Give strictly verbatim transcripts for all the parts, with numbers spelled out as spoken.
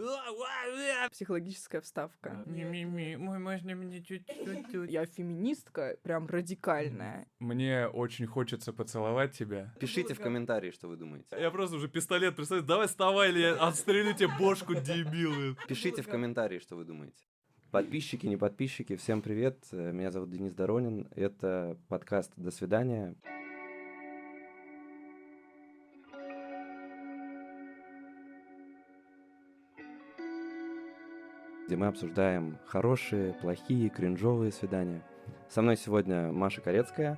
Психологическая вставка. Ми-ми-ми, мой, можно мне чуть-чуть? Я феминистка, прям радикальная. Мне очень хочется поцеловать тебя. Пишите в комментарии, что вы думаете. Я просто уже пистолет представляю. Давай вставай, или я отстрелю тебе бошку, дебилы. Пишите в комментарии, что вы думаете. Подписчики, не подписчики, всем привет. Меня зовут Денис Доронин. Это подкаст «До свидания». Где мы обсуждаем хорошие, плохие, кринжовые свидания. Со мной сегодня Маша Корецкая.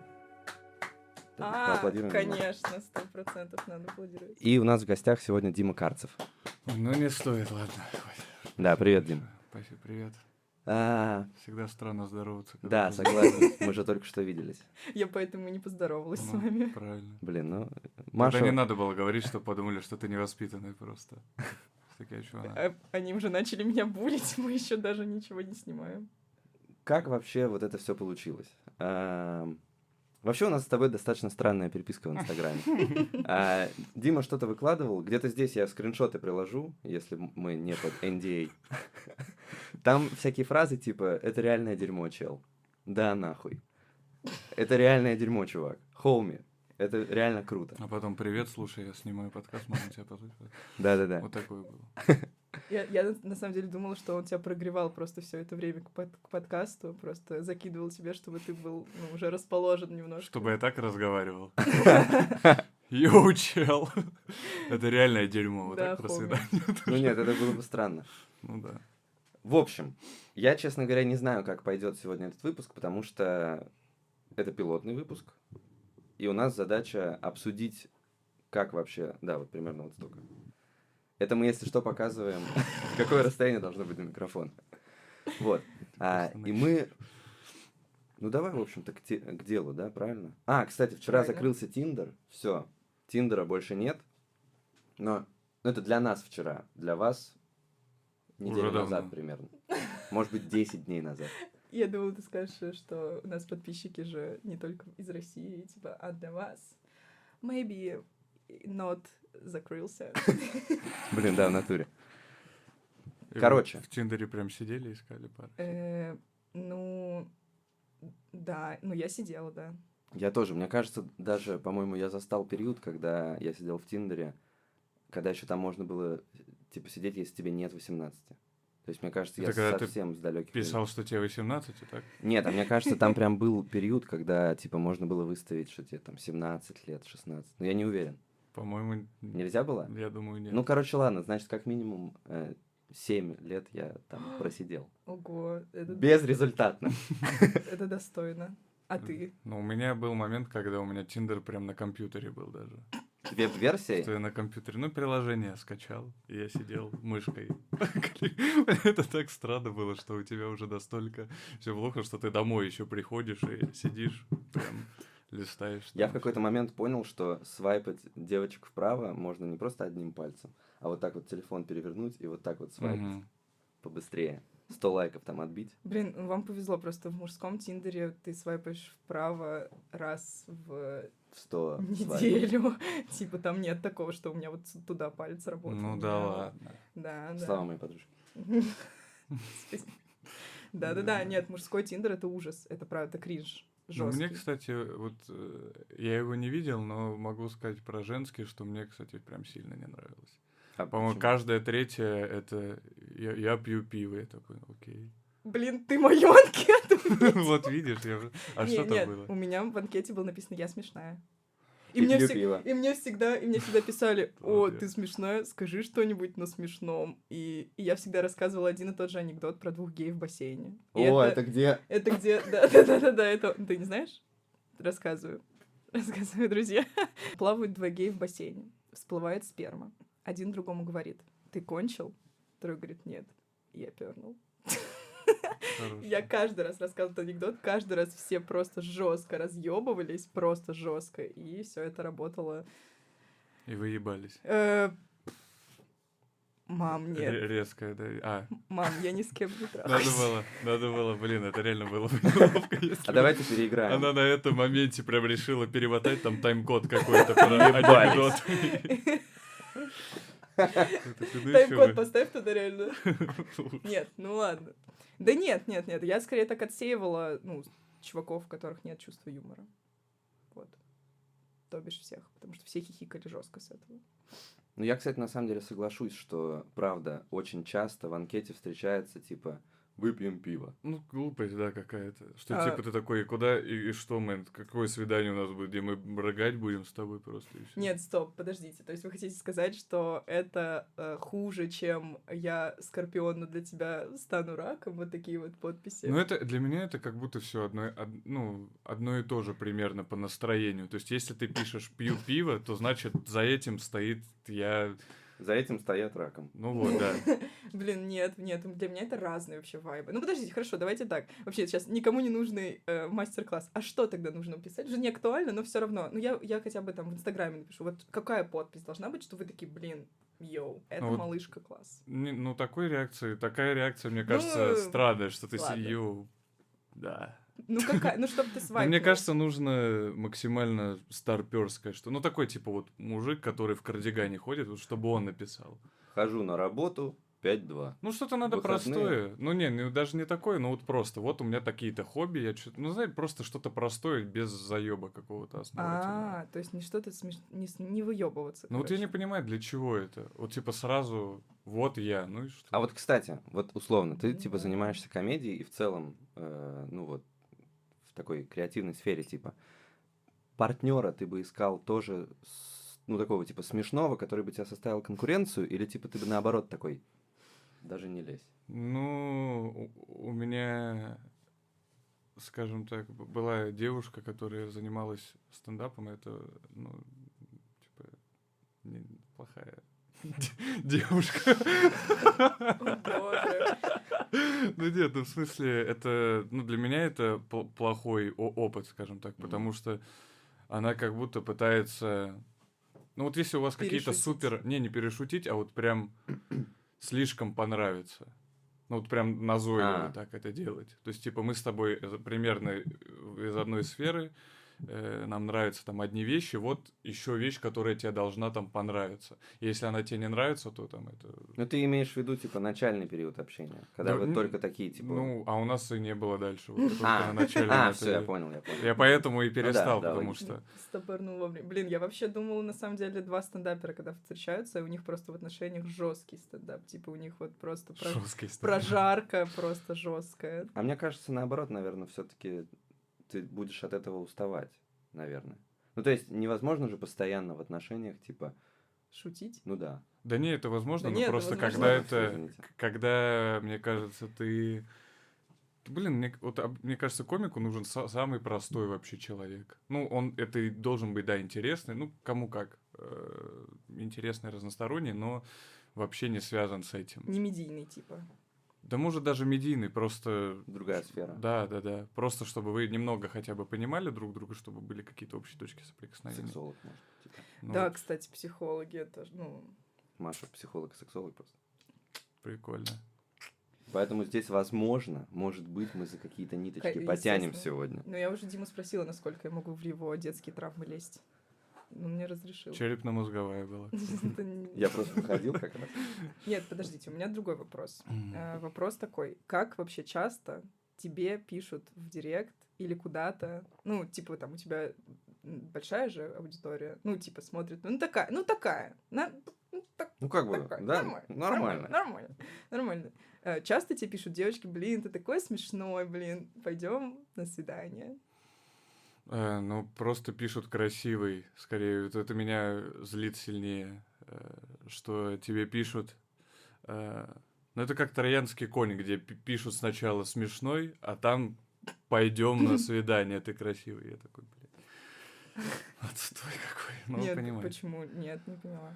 А, конечно, сто процентов надо аплодировать. И у нас в гостях сегодня Дима Карцев. Ну, не стоит, ладно. Да, привет, Дим. Спасибо, привет. А, Всегда странно здороваться. да, согласен. Мы же только что виделись. Я поэтому и не поздоровалась Ну, с вами. правильно. Блин, ну... Маша... Маша... не надо было говорить, что подумали, что ты невоспитанный просто. Такая чувана. А, они уже начали меня булить, мы еще даже ничего не снимаем. Как вообще вот это все получилось? А, вообще у нас с тобой достаточно странная переписка в Инстаграме. А, Дима что-то выкладывал, где-то здесь я скриншоты приложу, если мы не под эн ди эй. Там всякие фразы типа «это реальное дерьмо, чел». Да, нахуй. Это реальное дерьмо, чувак. Хоуми. Это реально круто. А потом «привет, слушай, я снимаю подкаст, можно тебя позвать?» Да-да-да. Вот такое было. Я, я на самом деле думала, что он тебя прогревал просто все это время к, под, к подкасту, просто закидывал тебе, чтобы ты был ну, уже расположен немножко. Чтобы я так разговаривал. Йоу, чел. Это реальное дерьмо. Вот Да, так про хоми. свидание. Ну нет, это было бы странно. Ну да. В общем, я, честно говоря, не знаю, как пойдет сегодня этот выпуск, потому что это пилотный выпуск, и у нас задача обсудить, как вообще... Да, вот примерно вот столько. Это мы, если что, показываем, какое расстояние должно быть до микрофона. Вот. А, и мы... Ну, давай, в общем-то, к, те... к делу, да, правильно? А, кстати, вчера Правильно. закрылся Тиндер. Все. Тиндера больше нет. Но ну, это для нас вчера. Для вас неделю Уже назад давно. примерно. Может быть, десять дней назад. Я думала, ты скажешь, что у нас подписчики же не только из России, типа, а для вас. Maybe not закрылся. Блин, да, в натуре. И Короче. вы В Тиндере прям сидели, искали пары. Э, Ну, да, ну я сидела, да. Я тоже. Мне кажется, даже, по-моему, я застал период, когда я сидел в Тиндере, когда еще там можно было, типа, сидеть, если тебе нет восемнадцати. То есть, мне кажется, я Это когда ты совсем с далеких... Писал, что тебе восемнадцать, и так? Нет, а мне кажется, там прям был период, когда, типа, можно было выставить, что тебе там семнадцать лет, шестнадцать. Но я не уверен. По-моему, Нельзя было? я думаю, нет. Ну, короче, ладно, значит, как минимум э, семь лет я там просидел. Ого, это, Безрезультатно. это достойно. А ты? Ну, у меня был момент, когда у меня Тиндер прям на компьютере был даже. Веб-версия? Что я на компьютере, ну, приложение скачал, и я сидел мышкой. Это так странно было, что у тебя уже настолько все плохо, что ты домой еще приходишь и сидишь, прям листаешь. Я в какой-то момент понял, что свайпать девочек вправо можно не просто одним пальцем, а вот так вот телефон перевернуть и вот так вот свайпать Мгм. побыстрее. Сто лайков там отбить. Блин, ну, вам повезло, просто в мужском Тиндере ты свайпаешь вправо раз в Сто свайпов. неделю. Типа там нет такого, что у меня вот туда палец работает. Ну У да меня- ладно. Да, да. Слава моей подружке. Спасибо. Да-да-да, нет, мужской Тиндер — это ужас. Это правда, это кринж. Ну, Жёсткий. мне, кстати, вот э, я его не видел, но могу сказать про женский, что мне, кстати, прям сильно не нравилось. А По-моему, почему? каждая третья это я, я пью пиво, я такой, окей. Блин, ты мою анкету видел? Вот видишь, я уже... А Не, что нет, там было? у меня в анкете было написано «Я смешная». И, И мне, пью всег- пиво. и мне всегда, и мне всегда писали: «О, Молодец. ты смешная, скажи что-нибудь на смешном». И, и я всегда рассказывала один и тот же анекдот про двух геев в бассейне. И О, это где? Это где... Да-да-да-да, это... Ты не знаешь? Рассказываю. Рассказываю, друзья. Плавают два гея в бассейне. Всплывает сперма. Один другому говорит: «Ты кончил?» Второй говорит: «Нет». Я пернул. Хорошо. Я каждый раз рассказывала этот анекдот, каждый раз все просто жестко разъебывались, просто жестко, и все это работало. И вы ебались. Э, Мам, нет. Ре- Резко, да. А, Мам, я ни с кем не надо трахаюсь. было, надо было, блин, это реально было бы неловко, если А бы давайте переиграем. она на этом моменте прям решила перемотать там тайм-код какой-то про Ебались. анекдот. Тайм-код поставь туда реально. Нет, ну ладно. Да нет, нет, нет. Я скорее так отсеивала, ну, чуваков, у которых нет чувства юмора. Вот. То бишь всех. Потому что все хихикали жестко с этого. Ну, я, кстати, на самом деле соглашусь, что, правда, очень часто в анкете встречается, типа, выпьем пиво. Ну, глупость, да, какая-то. Что, А- типа, ты такой, куда и, и что, мэн, какое свидание у нас будет, где мы рыгать будем с тобой просто и всё. Нет, стоп, подождите. То есть вы хотите сказать, что это э, хуже, чем я, Скорпион, но для тебя стану раком? Вот такие вот подписи. Ну, это, для меня это как будто все одно, од- ну, одно и то же примерно по настроению. То есть, если ты пишешь «пью пиво», то, значит, за этим стоит я... За этим стоят раком. Ну вот, да. Блин, нет, нет, для меня это разные вообще вайбы. Ну, подождите, хорошо, давайте так. Вообще, сейчас никому не нужный э, мастер-класс. А что тогда нужно писать? Уже не актуально, но все равно. Ну, я, я хотя бы там в Инстаграме напишу. Вот какая подпись должна быть, что вы такие, блин, йоу, это Ну вот малышка класс. Не- ну, такой реакции, такая реакция, мне Ну, кажется, странная, что ты ладно. сию... Да. Ну, какая? Ну, чтобы ты Да, свайпнул. мне кажется, нужно максимально старперское, что... Ну, такой, типа, вот мужик, который в кардигане ходит, вот чтобы он написал. Хожу на работу, пять-два. Ну, что-то надо Выходные. простое. Ну, не, ну, даже не такое, но вот просто. Вот у меня такие-то хобби, я что-то... Ну, знаете, просто что-то простое, без заеба какого-то основательного. А, то есть не что-то смеш... не, с- не выебываться. Ну, вот я не короче. понимаю, для чего это. Вот, типа, сразу, вот я, ну и что? А вот, кстати, вот условно, ты, Ну типа, да. занимаешься комедией и в целом, э, ну вот, в такой креативной сфере, типа, партнера ты бы искал тоже, с- ну, такого, типа, смешного, который бы тебя составил конкуренцию, или, типа, ты бы наоборот такой, даже не лезь. Ну, у, у меня, скажем так, б- была девушка, которая занималась стендапом, и это, ну, типа, не, плохая девушка. О, боже. Ну нет, ну в смысле, это, ну для меня это пл- плохой о- опыт, скажем так, потому что она как будто пытается, ну вот если у вас какие-то Перешутить. супер, не, не перешутить, а вот прям слишком понравится. Ну вот прям назойливо А. так это делать. То есть, типа, мы с тобой э, примерно из одной сферы, э, нам нравятся там одни вещи, вот еще вещь, которая тебе должна там понравиться. Если она тебе не нравится, то там это... Ну, ты имеешь в виду, типа, начальный период общения, когда Да, вы н- только такие, типа... Ну, а у нас и не было дальше. Вот только а, на начальном а, этапе. все, я понял, я понял. Я поэтому и перестал, да, потому логично. что... Стопорнул вовремя. Блин, я вообще думала, на самом деле, два стендапера, когда встречаются, и у них просто в отношениях жесткий стендап. Типа, у них вот просто про- Жесткий стендап. прожарка просто жесткая. А мне кажется, наоборот, наверное, все-таки ты будешь от этого уставать, наверное. Ну, то есть, невозможно же постоянно в отношениях, типа, Шутить. ну да. Да не, это возможно, Да но нет, это просто возможно. когда Ладно, всё, это... извините. к- Когда, мне кажется, ты... Блин, мне, вот, а, мне кажется, комику нужен са- самый простой вообще человек. Ну, он, это и должен быть, да, интересный, ну, кому как. э, интересный, разносторонний, но вообще не связан с этим. Не медийный, типа. Да может даже медийный, просто... Другая сфера. Да, да, да. Просто чтобы вы немного хотя бы понимали друг друга, чтобы были какие-то общие точки соприкосновения. Сексолог, может. Типа. Ну, да, вот, кстати, психологи, это, ж, ну... Маша психолог и сексолог просто. прикольно. Поэтому здесь, возможно, может быть, мы за какие-то ниточки Ка- потянем естественно. сегодня. Ну, я уже Диму спросила, насколько я могу в его детские травмы лезть. Он мне разрешил. Черепно-мозговая была. Это не- Я просто ходил как раз. Нет, подождите, у меня другой вопрос. Э, Вопрос такой. Как вообще часто тебе пишут в директ или куда-то? Ну, типа, там у тебя м, большая же аудитория. Ну, типа, смотрит. Ну, такая, ну, такая. На- ну, так- Ну, как бы, такая. да, Нормально. нормально. Нормально. Нормально. Э, Часто тебе пишут девочки, блин, ты такой смешной, блин, пойдем на свидание. Э, ну, просто пишут красивый, скорее. Вот это меня злит сильнее, э, что тебе пишут... э, ну, это как троянский конь, где пи- пишут сначала смешной, а там пойдем на свидание, ты красивый. Я такой, блядь, отстой какой. Ну, Нет, понимаете. почему? Нет, не поняла.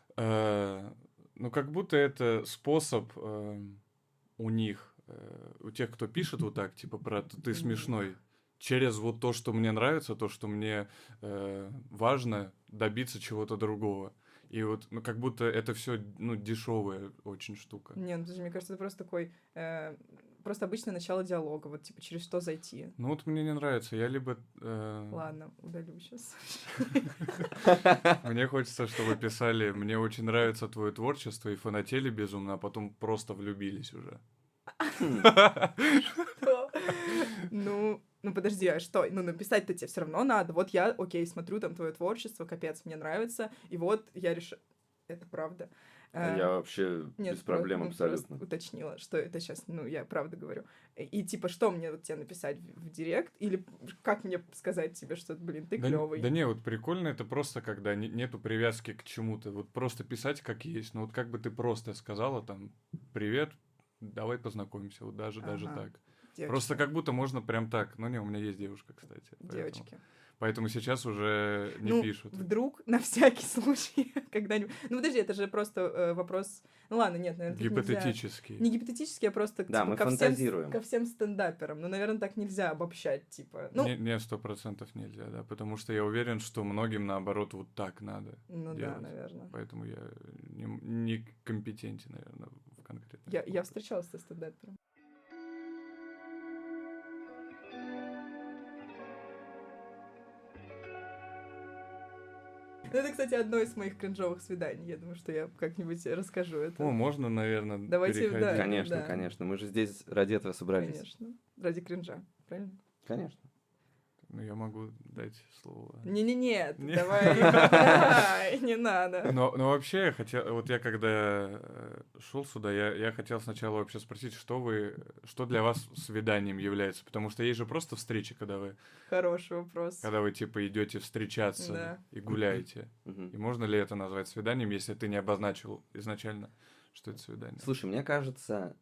Э, ну, как будто это способ э, у них, э, у тех, кто пишет вот так, типа, про «ты Мгм. смешной», через вот то, что мне нравится, то, что мне э, важно, добиться чего-то другого. И вот, ну, как будто это все, ну, дешевая очень штука. Не, ну, подожди, мне кажется, это просто такой э, просто обычное начало диалога, вот, типа, через что зайти. Ну вот мне не нравится, я либо... э, Ладно, удалю сейчас. Мне хочется, чтобы писали, мне очень нравится твое творчество, и фанатели безумно, а потом просто влюбились уже. Ну, ну подожди, а что? Ну, написать-то тебе все равно надо. Вот я, окей, смотрю там твое творчество, капец, мне нравится, и вот я решила... Это правда. А я вообще Нет, без проблем ну, абсолютно. Просто уточнила, что это сейчас, ну, я правда говорю. И, и типа, что мне вот тебе написать в, в директ? Или как мне сказать тебе, что, блин, ты Да, клевый? да не, вот прикольно это просто, когда не- нету привязки к чему-то. Вот просто писать как есть. Ну вот как бы ты просто сказала там «Привет, давай познакомимся». Вот даже, даже Ага. так. Девочки. Просто как будто можно прям так. Ну не, у меня есть девушка, кстати. поэтому- Девочки. Поэтому сейчас уже не ну, пишут. вдруг, на всякий случай, когда-нибудь... Ну, подожди, это же просто э, вопрос... Ну, ладно, нет, наверное, тут нельзя... Гипотетический. Не гипотетически, а просто Да, типа, мы ко, всем, фантазируем. ко всем стендаперам. Ну, наверное, так нельзя обобщать, типа. Ну, Не, не, сто процентов нельзя, да. Потому что я уверен, что многим, наоборот, вот так надо ну да, делать. наверное. Поэтому я не, не компетентен, наверное, в конкретном. Я, я встречалась со стендапером. Ну, это, кстати, одно из моих кринжовых свиданий. Я думаю, что я как-нибудь расскажу это. О, можно, наверное, Давайте, переходить? да. Конечно, да. конечно. Мы же здесь ради этого собрались. Конечно. Ради кринжа, правильно? Конечно. Ну, я могу дать слово. Не-не-не, Не. давай, давай, не надо. Но, но вообще, я хотел, вот я когда шел сюда, я, я хотел сначала вообще спросить, что вы, что для вас свиданием является, потому что есть же просто встречи, когда вы, Хороший вопрос. когда вы типа идете встречаться Да. и гуляете. Мгм. И можно ли это назвать свиданием, если ты не обозначил изначально, что это свидание? Слушай, мне кажется,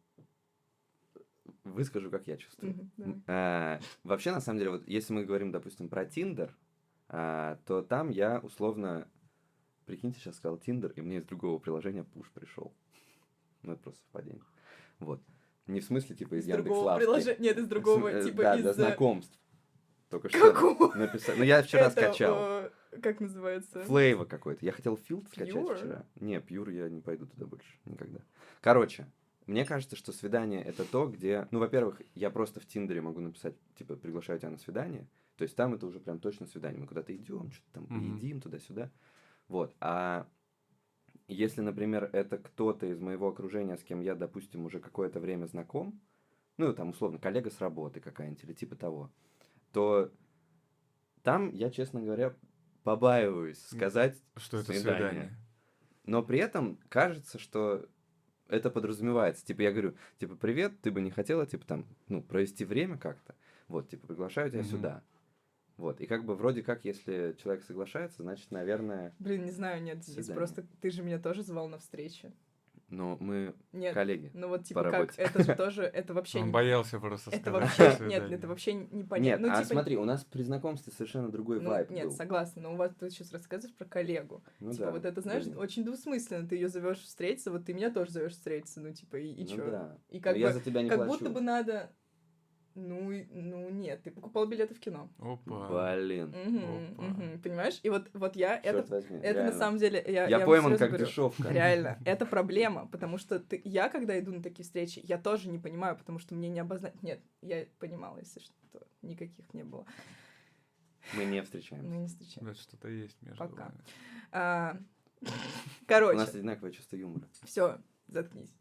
выскажу, как я чувствую. Мгм, давай. А, вообще, на самом деле, вот если мы говорим, допустим, про Тиндер, а, то там я условно, прикиньте, сейчас сказал Тиндер, и мне из другого приложения пуш пришел. Ну, это просто совпадение. Вот. Не в смысле, типа, из, Из другого Яндекс.Лавки. приложения, нет, из другого, Э, типа, да, из... для э, знакомств. Только что Какого? написал. Ну, я вчера Это, скачал. э, Как называется? Флейва какой-то. Я хотел филд скачать Pure? вчера. Не, Пьюр я не пойду туда больше. Никогда. Короче, мне кажется, что свидание это то, где... Ну, во-первых, я просто в Тиндере могу написать, типа, приглашаю тебя на свидание. То есть там это уже прям точно свидание. Мы куда-то идем, что-то там Мгм. поедим, туда-сюда. Вот. А если, например, это кто-то из моего окружения, с кем я, допустим, уже какое-то время знаком, ну, там, условно, коллега с работы какая-нибудь или типа того, то там я, честно говоря, побаиваюсь сказать Что это свидание. свидание? Но при этом кажется, что это подразумевается. Типа, я говорю, типа, привет, ты бы не хотела, типа, там, ну, провести время как-то? Вот, типа, приглашаю тебя Мгм. сюда. Вот, и как бы вроде как, если человек соглашается, значит, наверное, Блин, не знаю, нет, Денис, Свидание. просто ты же меня тоже звал на встречу. ну, мы Нет, коллеги. ну вот по типа как, работе. это же тоже, это вообще... Он не- боялся просто Это сказать. вообще, «До нет, свидания». это вообще Нет, непонятно. Ну, а типа, смотри, у нас при знакомстве совершенно другой ну, вайб нет, был. согласна, но у вас ты сейчас рассказываешь про коллегу. Ну типа, да, вот это, знаешь, блин. очень двусмысленно. Ты ее зовешь встретиться, вот ты меня тоже зовешь встретиться, ну, типа, и, и Ну чё? да. И как Но я бы, за тебя не как плачу. будто бы надо... Ну, и- ну, нет, ты покупал билеты в кино. Опа. Блин, Мгм, Опа. мгм, понимаешь? И вот, вот я, черт это, возьми, это на реально. самом деле... Я, Я вам пойман серьёзно как говорю, дешевка. Реально, это проблема, потому что ты, я, когда иду на такие встречи, я тоже не понимаю, потому что мне не обозначить... Нет, я понимала, если что, никаких не было. Мы не встречаемся. Мы не встречаемся. Да, что-то есть между Пока. вами. А, У нас Короче, одинаковое чувство юмора. все, заткнись.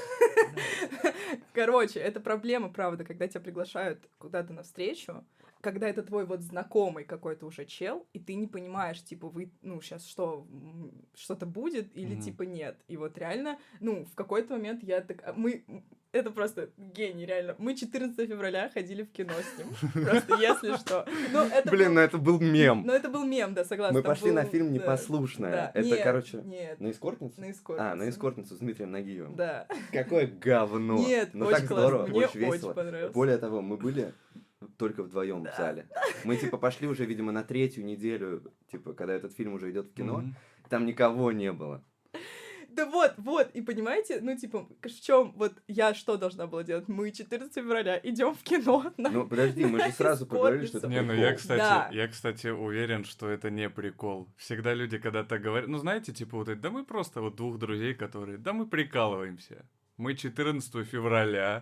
Короче, это проблема, правда, когда тебя приглашают куда-то на встречу, когда это твой вот знакомый какой-то уже чел, и ты не понимаешь, типа, вы, ну, сейчас что, м, что-то будет или, Мгм. типа, нет. И вот реально, ну, в какой-то момент я так... а, Мы... Это просто гений, реально. Мы четырнадцатого февраля ходили в кино с ним. Просто если что. Ну, это Блин, был- ну это был мем. Ну, это был мем, да, согласна. Мы там пошли на был- фильм да, «Непослушная». да. Это, Нет, короче, Нет, на эскортницу? на эскортницу. А, на эскортницу с Дмитрием Нагиевым. Да. Какое говно. Нет, ну очень так классно. здорово, Мне очень весело. очень понравилось. Более того, мы были только вдвоем в зале. Мы типа пошли уже, видимо, на третью неделю, типа, когда этот фильм уже идет в кино, Мгм. там никого не было. Да вот, вот, и понимаете, ну, типа, в чем, вот, я что должна была делать? Мы четырнадцатого февраля идем в кино. на- Ну, подожди, мы же сразу поговорили, что это Не, ну прикол. я, кстати, Да. я, кстати, уверен, что это не прикол. Всегда люди, когда так говорят, ну, знаете, типа, вот это, да мы просто вот двух друзей, которые, да мы прикалываемся. Мы четырнадцатого февраля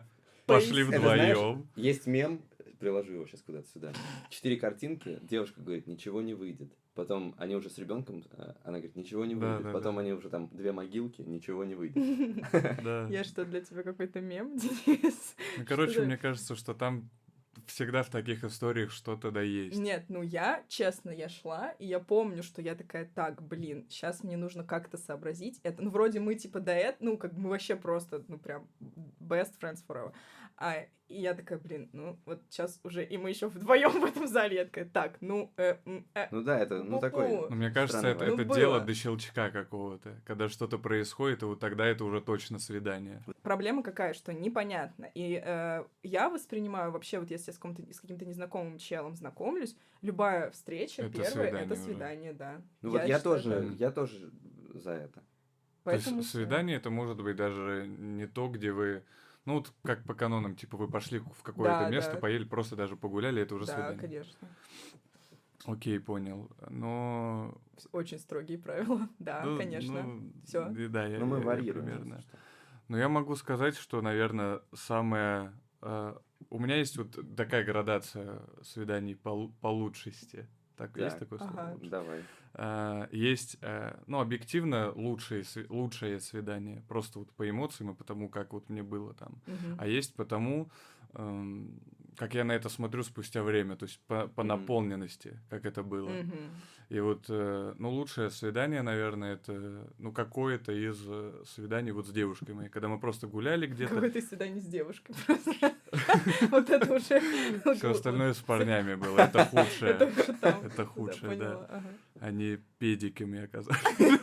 пошли Space. Это знаешь, вдвоем. есть мем, приложу его сейчас куда-то сюда. Четыре картинки, девушка говорит, ничего не выйдет. Потом они уже с ребенком, а, она говорит, ничего не Да, выйдет. да, Потом да. они уже там две могилки, ничего не выйдет. Да. Я что, для тебя какой-то мем, Денис? Ну, короче, Что-то- мне кажется, что там всегда в таких историях что-то да есть. Нет, ну я, честно, я шла, и я помню, что я такая, так, блин, сейчас мне нужно как-то сообразить это. Ну, вроде мы, типа, до этого, ну, как бы мы вообще просто, ну, прям best friends forever. А, и я такая, блин, ну, вот сейчас уже, и мы еще вдвоем в этом зале, я такая, так, ну, э, м, э, Ну да, это, ну, такой... Пу-пу. Но мне кажется, Странный это, вайб. это Ну, дело было. до щелчка какого-то. Когда что-то происходит, и вот тогда это уже точно свидание. проблема какая, что непонятно. И э, я воспринимаю вообще, вот если я с, каким-то, с каким-то незнакомым челом знакомлюсь, любая встреча Это первая — свидание это уже. свидание, да. Ну вот я считаю, тоже, правильно. я тоже за это. Поэтому То есть всё. свидание это может быть даже не то, где вы... Ну вот как по канонам, типа вы пошли в какое-то Да, место, да. поели, просто даже погуляли, это уже Да, свидание. конечно. Окей, понял. Но... Очень строгие правила. Да, ну, ну, ну, Всё. и Да, я, Но мы я- я варьируем. примерно. если что. Но я могу сказать, что, наверное, самое... э, у меня есть вот такая градация свиданий по, лу- по лучшести. Так, есть Так. такое слово? Ага. Лучше? Давай. А, есть, э, ну, объективно лучшие, сви- лучшее свидание, просто вот по эмоциям и потому, как вот мне было там. Мгм. А есть потому, эм, как я на это смотрю спустя время, то есть по, по Мгм. наполненности, как это было. Мгм. И вот, э, ну, лучшее свидание, наверное, это, ну, какое-то из э, свиданий вот с девушкой моей, когда мы просто гуляли где-то, Какое-то свидание с девушкой просто. Вот это уже... все остальное с парнями было, это худшее. Это уже там. Это худшее, да. поняла, ага. Они педиками оказались.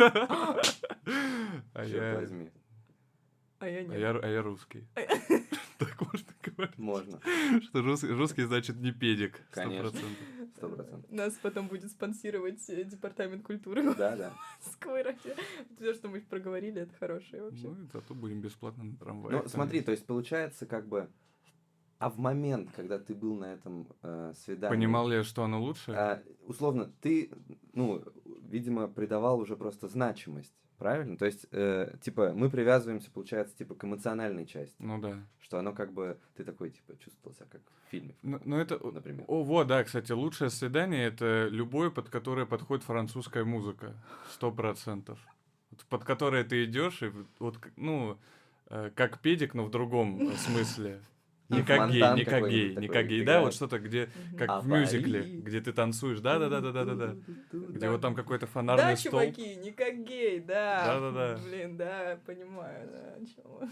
А Черт я, возьми. А я а нет. я, а я русский. Так можно говорить? Можно. Что рус- русский значит не педик. сто Конечно. процентов. Сто процентов. Нас потом будет спонсировать э, департамент культуры Да, да. Москвы. Все, что мы проговорили, это хорошее вообще. Ну, и зато будем бесплатно на трамвае. Ну, смотри, то есть получается как бы... А в момент, когда ты был на этом э, свидании... Понимал ли я, что оно лучше? а, условно, ты, ну, видимо, придавал уже просто значимость, правильно? То есть, э, типа, мы привязываемся, получается, типа, к эмоциональной части. Ну да. Что оно как бы... Ты такой, типа, чувствовал себя как в фильме, Ну, ну, это... например. О, вот, да, кстати, лучшее свидание — это любое, под которое подходит французская музыка. Сто процентов. Вот под которое ты идешь, и вот, к- ну, э, как педик, но в другом э, смысле. Не И как гей, фонтан не как гей, какой-нибудь не такой как гей. Да, играет. вот что-то, где, Мгм. как А в мюзикле, Пари? где ты танцуешь, да-да-да-да-да-да. Где Да. вот там какой-то фонарный Да, столб. чуваки, не как гей, да. Да-да-да. Блин, да, понимаю, да, о чём вы.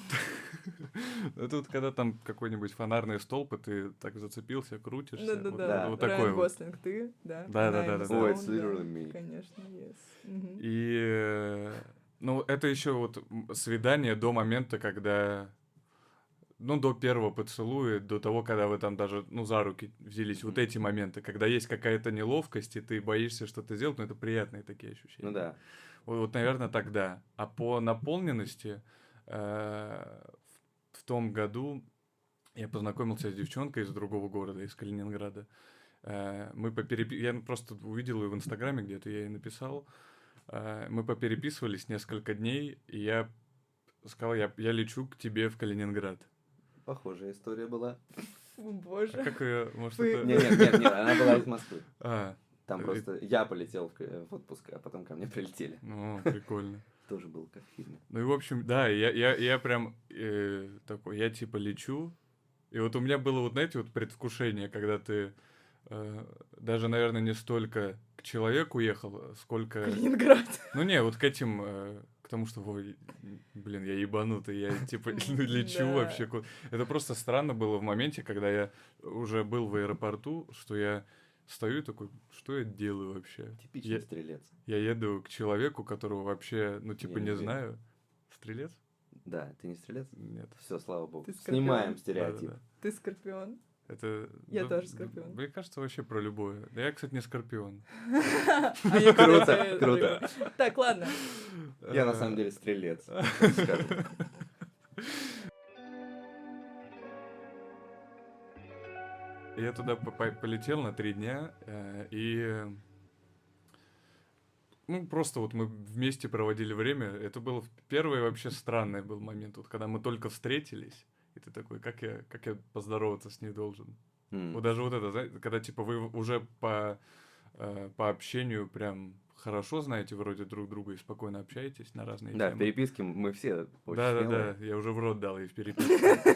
Это вот когда там какой-нибудь фонарный столб, и ты так зацепился, крутишься. вот- Да-да-да. Вот Да. такой Райан вот. Гослинг, ты, да? Да-да-да-да-да. Найм Oh, it's Стоун, да, literally me. Конечно, yes. Мгм. И, э, ну, это еще вот м, свидание до момента, когда, ну, до первого поцелуя, до того, когда вы там даже, ну, за руки взялись, вот Мгм. эти моменты, когда есть какая-то неловкость, и ты боишься что-то сделать, но это приятные такие ощущения. Ну да. Вот, вот, наверное, тогда. А по наполненности э, в, в том году я познакомился с девчонкой из другого города, из Калининграда. Э, мы поперепи... Я просто увидел ее в Инстаграме где-то, я ей написал. Э, мы попереписывались несколько дней, и я сказал, я, я лечу к тебе в Калининград. Похожая история была. О, А боже. как ее, может, Вы- это... Нет, нет, нет, нет, она была из Москвы. А, Там Э, просто я полетел в, к- в отпуск, а потом ко мне прилетели. ну, прикольно. Тоже было как в фильме. Ну и, в общем, да, я, я, я прям э, такой, я типа лечу, и вот у меня было вот, знаете, вот предвкушение, когда ты э, даже, наверное, не столько к человеку ехал, сколько... Калининград. Ну не, вот к этим, э, к тому, что, ой, блин, я ебанутый, я типа ну, лечу Да. вообще. ку- Это просто странно было в моменте, когда я уже был в аэропорту, что я стою и такой, что я делаю вообще? Типичный Я, стрелец. я еду к человеку, которого вообще, ну, типа, Я не не уверен. знаю. Стрелец? Да, ты не стрелец? Нет. Все, слава богу. Ты скорпион. Снимаем стереотип. Да-да-да. Ты скорпион. Это... Я ну, тоже скорпион. Мне кажется, вообще про любое. Да я, кстати, не скорпион. А я, Круто, кстати, круто. другой. Так, ладно. Я на Э, самом деле стрелец. скажу. Я туда по- по- полетел на три дня, э, и... э, Ну, просто вот мы вместе проводили время. Это был первый вообще странный был момент, вот когда мы только встретились, И ты такой, как я, как я поздороваться с ней должен? М. Вот даже вот это, знаете, когда типа вы уже по, э, по общению прям хорошо знаете вроде друг друга и спокойно общаетесь на разные Да, в темы. переписке мы все очень Да, да, смелые. да, я уже в рот дал ей в переписке.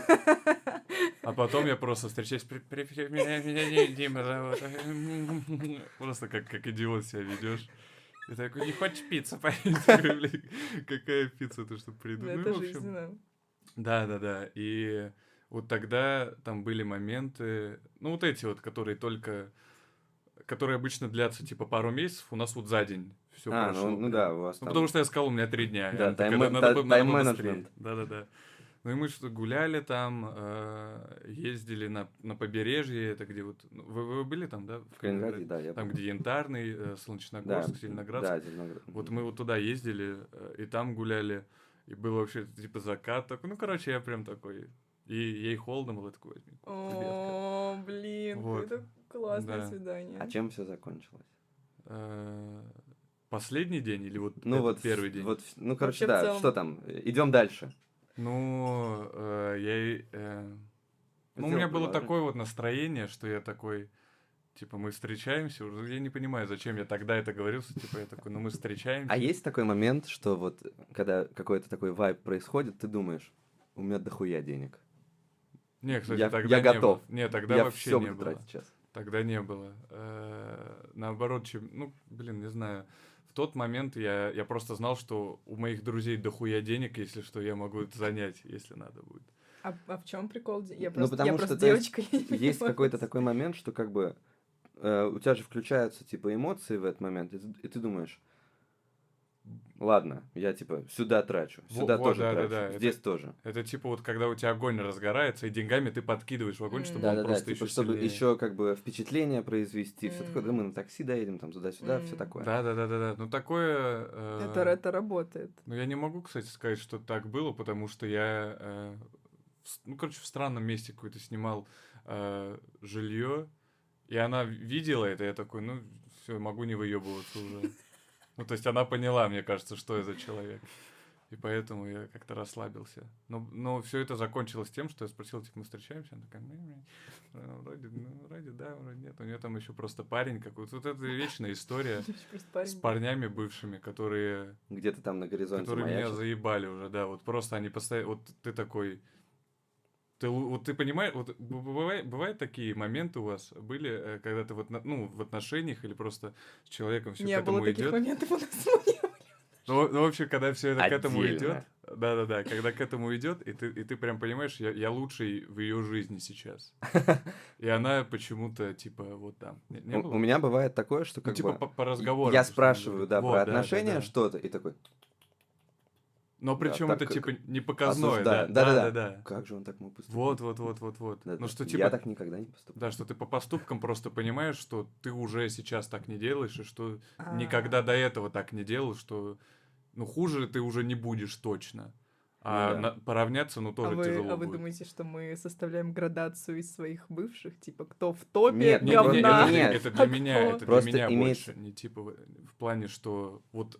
А потом я просто встречаюсь, «При- при- при- меня, меня не Дима зовут». Просто как, как идиот себя ведешь. И такой, не хочешь пиццу поесть? Такой, «Блин, какая пицца, ты что Да, придумал? Ну, это в общем, жизненно. да, да, да. И вот тогда там были моменты, ну, вот эти вот, которые только, которые обычно длятся типа пару месяцев, у нас вот за день все А, прошло ну, ну прям. да, у вас Ну, там... потому что я сказал, у меня три дня. И Да, она такая, тайм- «Да, надо, та- бы- надо побыстрее». тайм-менеджмент. Да-да-да. Ну и мы что гуляли там, э, ездили на, на побережье, это где вот... ну, Вы, вы были там, да? В Калининграде, да, я Там, был. где Янтарный, э, Да, Солнечногорск, Зеленоградск. да, Зеленоград. Вот мы вот туда ездили, э, и там гуляли, и был вообще типа закат такой. Ну, короче, я прям такой... И ей холодно было, такой, возьми, куртку, детка. О, блин, Вот. это классное Да. свидание. А чем все закончилось? Э, Последний день или вот Ну этот вот, первый в- день? вот, в- ну короче, Вообще, в да, целом- что там? Идем дальше. Ну, э, я... и, э, Ну, у Сделал меня было предложение. такое вот настроение, что я такой, типа, мы встречаемся, уже я не понимаю, зачем я тогда это говорил, что, типа, я такой, ну, мы встречаемся. А есть такой момент, что вот, когда какой-то такой вайб происходит, ты думаешь, у меня дохуя денег. Не, кстати, я- тогда я не готов. было. Не, тогда я вообще все не буду было. тратить сейчас. Тогда не было. Э, Наоборот, чем, ну, блин, не знаю. В тот момент я, я просто знал, что у моих друзей дохуя денег, если что, я могу это занять, если надо будет. А, а в чем прикол? Я Ну, просто, потому я что, просто то есть, девочка. я не Есть понимаю. какой-то такой момент, что как бы э, у тебя же включаются типа эмоции в этот момент, и ты, и ты думаешь, ладно, я типа сюда трачу, Во- сюда вот, тоже да, да, трачу, да, здесь тоже. Это типа вот когда у тебя огонь разгорается, и деньгами ты подкидываешь в огонь, М. чтобы он Да-да-да, просто типа, еще чтобы сильнее. еще как бы впечатление произвести, все такое, да М. мы на такси доедем, там туда-сюда, все М. такое. Да, да, да, да, да. Ну такое. э, Это, это работает. Ну я не могу, кстати, сказать, что так было, потому что я, э, в с- ну короче, в странном месте какой-то снимал э, жилье, и она видела это, и я такой, ну все, могу не выебываться уже. Ну то есть она поняла, мне кажется, что я за человек. И поэтому я как-то расслабился. Но, но все это закончилось тем, что я спросил, типа, мы встречаемся? Она такая, «Не-не, э, вроде, ну, вроде да, вроде нет. У нее там еще просто парень какой-то. Вот это вечная история Просто с парень. парнями бывшими, которые, Где-то там на горизонте которые меня маячит. заебали уже, да. Вот просто они постоянно... Вот ты такой... Ты, лу- вот ты понимаешь, вот б- бывает, бывают такие моменты у вас были, э, когда ты вот, на- ну, в отношениях или просто с человеком все Не к этому было таких идет. моментов у нас. не было. Ну, ну, в общем, когда все это к этому Отдельно. идет, да-да-да, когда к этому идет, и ты, и ты прям понимаешь, я, я лучший в ее жизни сейчас. И она почему-то, типа, вот там. Не, не У, было? у меня бывает такое, что Ну, как типа, бы по, по разговорам. я то, что спрашиваю, говорит. да, Вот, про да, да, отношения да. что-то, и такой, Но причем так это, как типа, не показное, осуждаю. да? Да-да-да. Да-да-да. как же он так мог поступить? Вот, вот, вот, вот, вот. Да-да. Ну, что, Я типа, так никогда не поступал. да, что ты по поступкам просто понимаешь, что ты уже сейчас так не делаешь, и что А. никогда до этого так не делал, что, ну, хуже ты уже не будешь точно. А Ну да. на- поравняться, ну, А тоже вы, тяжело а вы будет. думаете, что мы составляем градацию из своих бывших? Типа, кто в топе Нет, Не, не, говна? не, говна. это, Нет. это для А меня, кто? это для Просто меня имеется- больше. Не типа в, в плане, что вот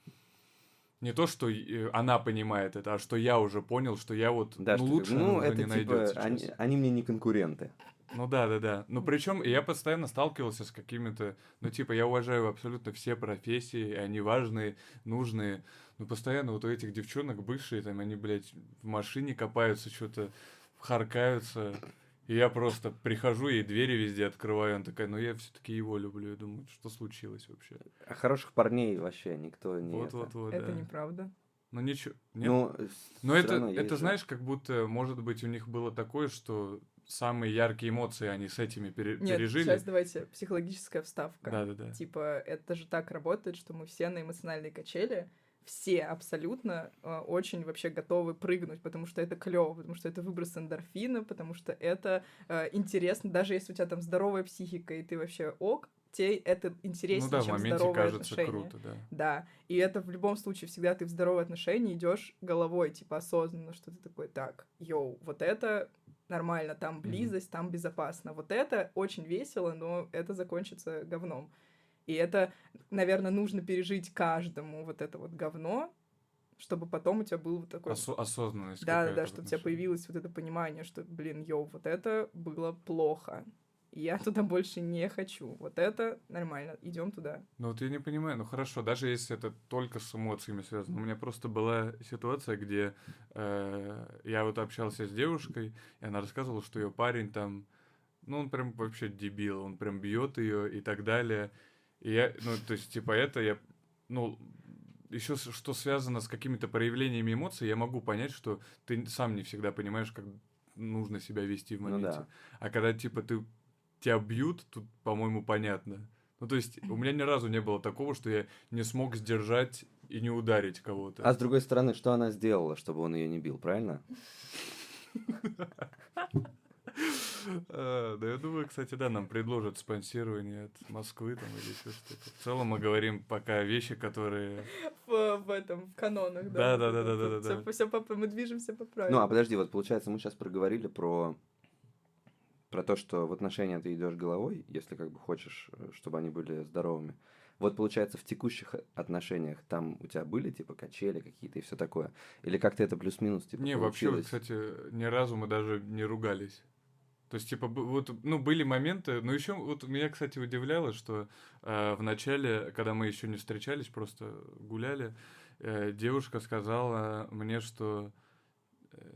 не то, что э, она понимает это, а что я уже понял, что я вот Да, ну, что лучше как бы, ну, уже это не типа, найдет сейчас. они, они мне не конкуренты. Ну да, да, да. Ну причем я постоянно сталкивался с какими-то, ну типа я уважаю абсолютно все профессии, они важные, нужные. Но постоянно вот у этих девчонок бывшие, там они, блядь, в машине копаются, что-то харкаются. И я просто прихожу, ей двери везде открываю, она такая, ну я все-таки его люблю. Я думаю, что случилось вообще? А хороших парней вообще никто не... Вот, это. вот, вот, Это да. неправда. Ну ничего. Нет? Ну, Но всё это, равно есть это же. знаешь, как будто, может быть, у них было такое, что самые яркие эмоции они с этими пере- Нет, пережили. сейчас давайте психологическая вставка. Да-да-да. Типа, это же так работает, что мы все на эмоциональной качели, все абсолютно э, очень вообще готовы прыгнуть, потому что это клево, потому что это выброс эндорфина, потому что это э, интересно, даже если у тебя там здоровая психика, и ты вообще ок, тебе это интереснее, Ну да, в чем моменте здоровые кажется отношения. круто, да. Да, и это в любом случае всегда ты в здоровые отношения идешь головой, типа осознанно, что ты такой, так, йоу, вот это нормально, там близость, там безопасно, вот это очень весело, но это закончится говном. И это, наверное, нужно пережить каждому вот это вот говно, чтобы потом у тебя был вот такой... Осо- осознанность Да, да, какая-то да, в чтобы у тебя отношении. появилось вот это понимание, что, блин, йоу, вот это было плохо. Я туда больше не хочу. Вот это нормально, идем туда. Ну вот я не понимаю, ну хорошо, даже если это только с эмоциями связано. У меня просто была ситуация, где э, я вот общался с девушкой, и она рассказывала, что ее парень там, ну он прям вообще дебил, он прям бьет ее и так далее. И я, ну то есть типа это я, ну еще что связано с какими-то проявлениями эмоций, я могу понять, что ты сам не всегда понимаешь, как нужно себя вести в Ну моменте. да. А когда типа ты тебя бьют, тут, по-моему, понятно. Ну, то есть, у меня ни разу не было такого, что я не смог сдержать и не ударить кого-то. А с другой стороны, что она сделала, чтобы он ее не бил, правильно? А, да, я думаю, кстати, да, нам предложат спонсирование от Москвы там или еще что-то. В целом мы говорим пока вещи, которые... В, в этом, в канонах, Да, да. да, да, да, да, да. Все, все по, мы движемся по Ну, а правилам. подожди, вот получается, мы сейчас проговорили про, про то, что в отношения ты идешь головой, если как бы хочешь, э, чтобы они были здоровыми. Вот получается, в текущих отношениях там у тебя были типа качели какие-то и все такое? Или как-то это плюс-минус типа Не, вообще, вот, получилось? кстати, ни разу мы даже не ругались. То есть, типа, б- вот, ну, были моменты, но еще вот меня, кстати, удивляло, что э, в начале, когда мы еще не встречались, просто гуляли, э, девушка сказала мне, что, э,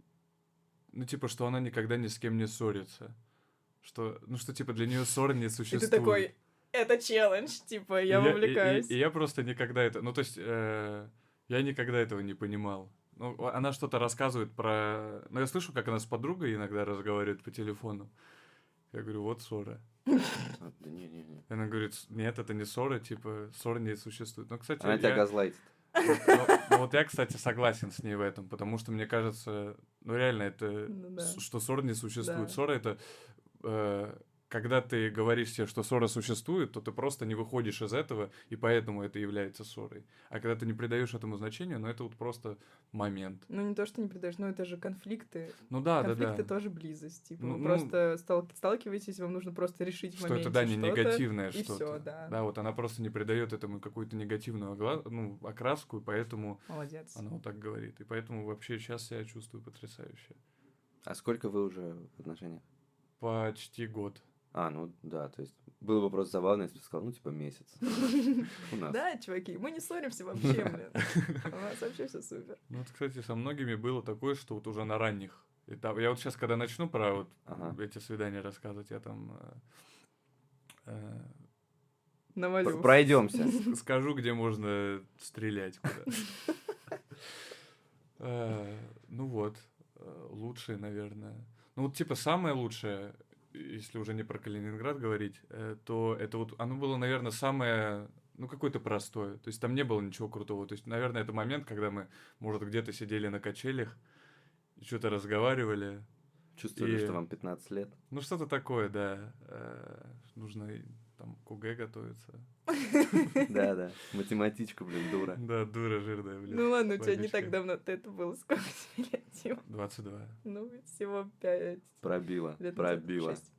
ну, типа, что она никогда ни с кем не ссорится. Что, ну, что, типа, для нее ссор не И существует. ты такой, это челлендж, типа, я И и- вовлекаюсь. И, и я просто никогда это... Ну, то есть, э, я никогда этого не понимал. Ну, а- она что-то рассказывает про... Ну, я слышу, как она с подругой иногда разговаривает по телефону. Я говорю, вот ссора. А, да не-не-не. Она говорит, «С- нет, это не ссора, типа, ссор не существует. Ну, кстати, Она тебя я... газлайтит. Ну, ну, ну, вот я, кстати, согласен с ней в этом, потому что мне кажется, ну, реально, это... Ну да. с- Что ссор не существует. Да. Ссора — это... э, когда ты говоришь себе, что ссора существует, то ты просто не выходишь из этого, и поэтому это является ссорой. А когда ты не придаешь этому значения, ну это вот просто момент. Ну, не то, что не предаешь, но это же конфликты. Ну да, да, Конфликты да. тоже близость. Типа, Ну, вы ну, просто стал- сталкиваетесь, вам нужно просто решить в Что моменте это, да, не что-то. негативное и что-то. всё, да. Да, вот она просто не придает этому какую-то негативную огла- ну, окраску, и поэтому Молодец. она вот так говорит. И поэтому вообще сейчас себя чувствую потрясающе. А сколько вы уже в отношениях? Почти год. А, ну да, то есть было бы просто забавно, если бы сказал, ну типа месяц. У нас. Да, чуваки, мы не ссоримся вообще, блин. У нас вообще все супер. Ну, вот, кстати, со многими было такое, что вот уже на ранних этапах. Я вот сейчас, когда начну про вот Ага. эти свидания рассказывать, я там э, э, Навалю. Пройдемся. с- скажу, где можно стрелять куда. Э, Ну вот, э, лучшее, наверное. Ну вот, типа, самое лучшее, если уже не про Калининград говорить, э, то это вот, оно было, наверное, самое, ну, какое-то простое. То есть там не было ничего крутого. То есть, наверное, это момент, когда мы, может, где-то сидели на качелях, и что-то разговаривали. Чувствовали, И- что вам пятнадцать лет. Ну, что-то такое, да. Э, Нужно и там к УГЭ готовиться. Да-да. Математичка, блин, дура. Да, дура жирная, блин. Ну ладно, у тебя не Водичка. так давно ты это было. Сколько тебе лет, Тима? двадцать два. Ну, всего пять Пробила. лет назад. Пробила. Шесть.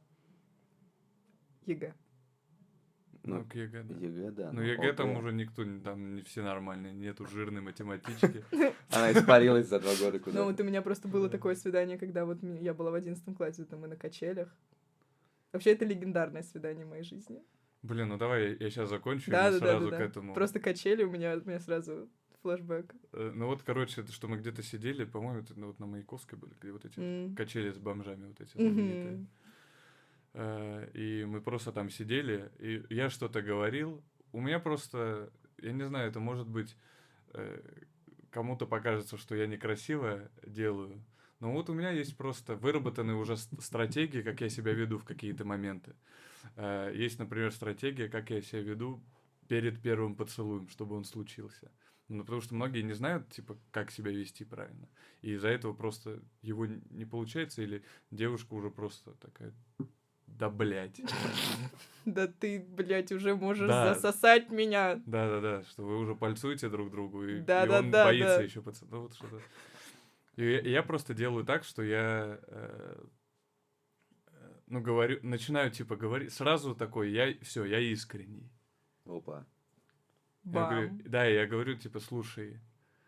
ЕГЭ. Ну, Ну, к ЕГЭ, да. ЕГЭ, да. Ну, но ЕГЭ там ОГЭ. уже никто, не- там не все нормальные, нету жирной математички. Она испарилась за два года Ну, куда-то. вот у меня просто было такое свидание, когда вот ми- я была в одиннадцатом классе, там мы на качелях. Вообще, это легендарное свидание в моей жизни. Блин, ну давай я сейчас закончу, и Да, мы да, да, сразу да, к да. этому. Просто качели у меня, у меня сразу флешбэк. Э, Ну вот, короче, это что мы где-то сидели, по-моему, это ну, вот на Маяковской были, где вот эти М. качели с бомжами вот эти знаменитые. Мгм. Э, И мы просто там сидели, и я что-то говорил. У меня просто, я не знаю, это может быть э, кому-то покажется, что я некрасиво делаю. Но вот у меня есть просто выработанные уже с- стратегии, как я себя веду в какие-то моменты. Э, Есть, например, стратегия, как я себя веду перед первым поцелуем, чтобы он случился. Ну, потому что многие не знают, типа, как себя вести правильно. И из-за этого просто его н- не получается, или девушка уже просто такая, да блядь. Да ты, блядь, уже можешь Да. засосать меня. Да-да-да, что вы уже пальцуете друг другу, и, и Да-да-да, он боится да. еще поцеловать. Ну, вот что-то. И я, и я просто делаю так, что я, э, э, ну, говорю, начинаю, типа, говорить, сразу такой, я, все, я искренний. Опа. Я говорю, Бам. да, я говорю, типа, слушай,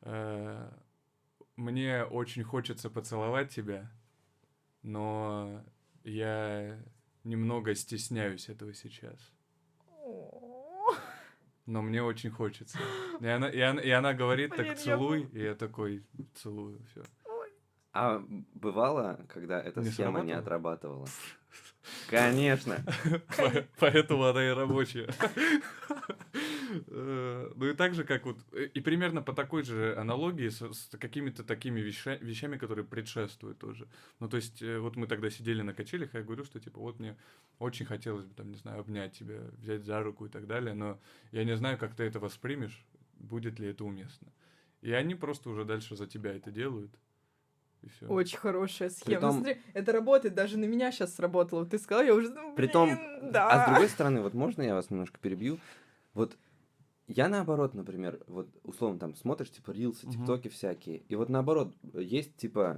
э, мне очень хочется поцеловать тебя, но я немного стесняюсь этого сейчас. Но мне очень хочется. И она, и она, и она говорит, Блин, так я целуй, бу- и я такой целую, все. А бывало, когда эта Не схема не срабатывало? отрабатывала? Конечно. Поэтому она и рабочая. Э, Ну и так же, как вот... э, И примерно по такой же аналогии с с какими-то такими веща- вещами, которые предшествуют тоже. Ну то есть э, вот мы тогда сидели на качелях, и я говорю, что типа вот мне очень хотелось бы, там, не знаю, обнять тебя, взять за руку и так далее, но я не знаю, как ты это воспримешь, будет ли это уместно. И они просто уже дальше за тебя это делают. И все. Очень хорошая схема. Притом- Ну, смотри, это работает, даже на меня сейчас сработало. Ты сказал, я уже, ну, блин, Притом, да. а с другой стороны, вот можно я вас немножко перебью? Вот я наоборот, например, вот условно там смотришь, типа, рилсы, Мгм. тиктоки всякие, и вот наоборот, есть типа,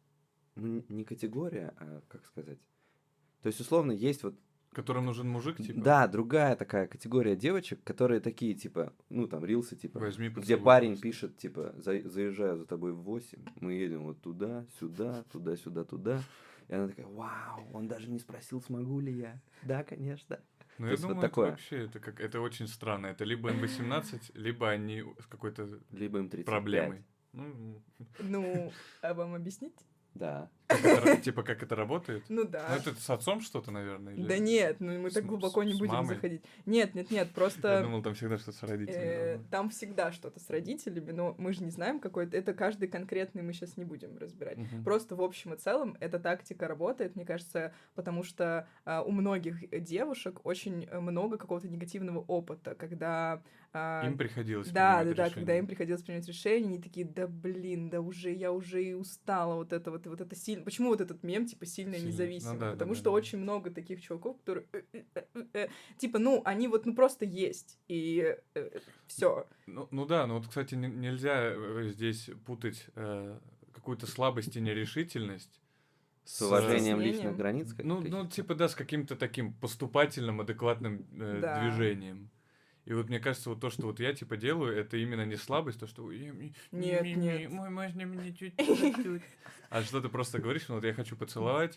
ну, не категория, а как сказать? То есть, условно, есть вот, Которым нужен мужик, типа, да, другая такая категория девочек, которые такие, типа, ну, там, рилсы, типа, возьми где поцелуй парень просто. пишет, типа, «За- заезжаю за тобой в восемь, мы едем вот туда, сюда, туда, сюда, туда». И она такая, вау, он даже не спросил, смогу ли я. Да, конечно. Ну, То я есть вот думаю, такое. это вообще, это, как, это очень странно. Это либо эм восемнадцать, либо они с какой-то Либо им тридцать пять. проблемой. Ну, Ну, а вам объяснить? Да. как это ра- типа, как это работает? Ну Ну, да. это с отцом что-то, наверное? или- Да нет, ну мы с так м- глубоко не с будем мамой? заходить. Нет, нет, нет, Я просто думал, там всегда что-то с родителями. э, должно быть. там всегда что-то с родителями, но мы же не знаем какой-то. Это каждый конкретный мы сейчас не будем разбирать. Мгм. Просто в общем и целом эта тактика работает, мне кажется, потому что а, у многих девушек очень э, много какого-то негативного опыта, когда а, Им приходилось да, да, принимать да, решения. когда им приходилось принять решение, они такие, да блин, да уже, я уже и устала вот это вот, вот это сильно. Почему вот этот мем, типа, сильная Сильно. независимая? Ну да, да, Потому да, что да. очень много таких чуваков, которые, э, э, э, э, э, типа, ну, они вот, ну, просто есть, и все. Ну, ну да, но вот, кстати, не- нельзя э, здесь путать э, какую-то слабость и нерешительность С уважением Стеснением. личных границ. как- Ну, ну, каких-то. типа, да, с каким-то таким поступательным, адекватным э, Да. движением. И вот мне кажется, вот то, что вот я типа делаю, это именно не слабость, то, что «Я- ми- Нет, ми- ми- нет. мой, можно мне чуть-чуть?» А что ты просто говоришь, ну вот я хочу поцеловать,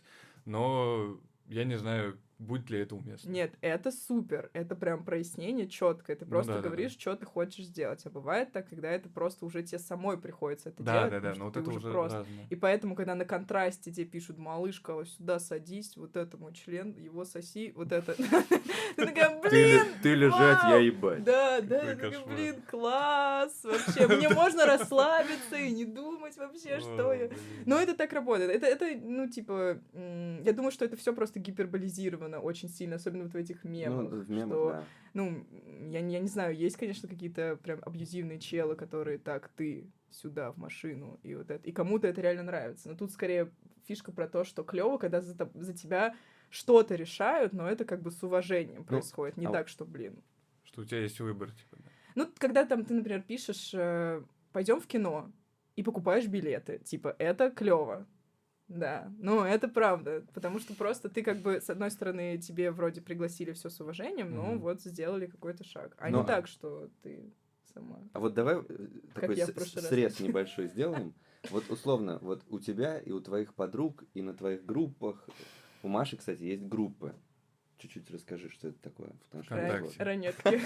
но я не знаю, будет ли это уместно. Нет, это супер, это прям прояснение четкое. Ты Ну просто да, да, да. говоришь, что ты хочешь сделать. А бывает так, когда это просто уже тебе самой приходится это Да, делать, да, да, потому но что вот ты это уже уже просто. разное. И поэтому, когда на контрасте тебе пишут, малышка, вот сюда садись, вот это мой член, его соси, вот это. Ты такая, Ты, блин, ле- ты лежать, вау!» я ебать. Да, да, Какой я такая, кошмар. блин, класс, вообще, мне можно расслабиться и не думать вообще, что О, я... блин. Но это так работает. Это, это, ну, типа, м, я думаю, что это все просто гиперболизировано очень сильно, особенно вот в этих мемах. Ну, в мемах, что, да. ну, я, не- я не знаю, есть, конечно, какие-то прям абьюзивные челы, которые так, ты сюда, в машину, и вот это. И кому-то это реально нравится. Но тут скорее фишка про то, что клево, когда за, то- за тебя что-то решают, но это как бы с уважением происходит. Не а так, что, блин. Что у тебя есть выбор, типа, да. Ну, когда там ты, например, пишешь, пойдем в кино, и покупаешь билеты, типа, это клево. Да, ну это правда, потому что просто ты как бы, с одной стороны, тебе вроде пригласили все с уважением, но Мгм. вот сделали какой-то шаг. А Но- не так, что ты сама. А вот давай э, такой я в с- прошлый раз. срез небольшой сделаем. Вот условно, вот у тебя и у твоих подруг, и на твоих группах, у Маши, кстати, есть группы. Чуть-чуть расскажи, что это такое. Потому что это Вконтакте. вот Ранетки.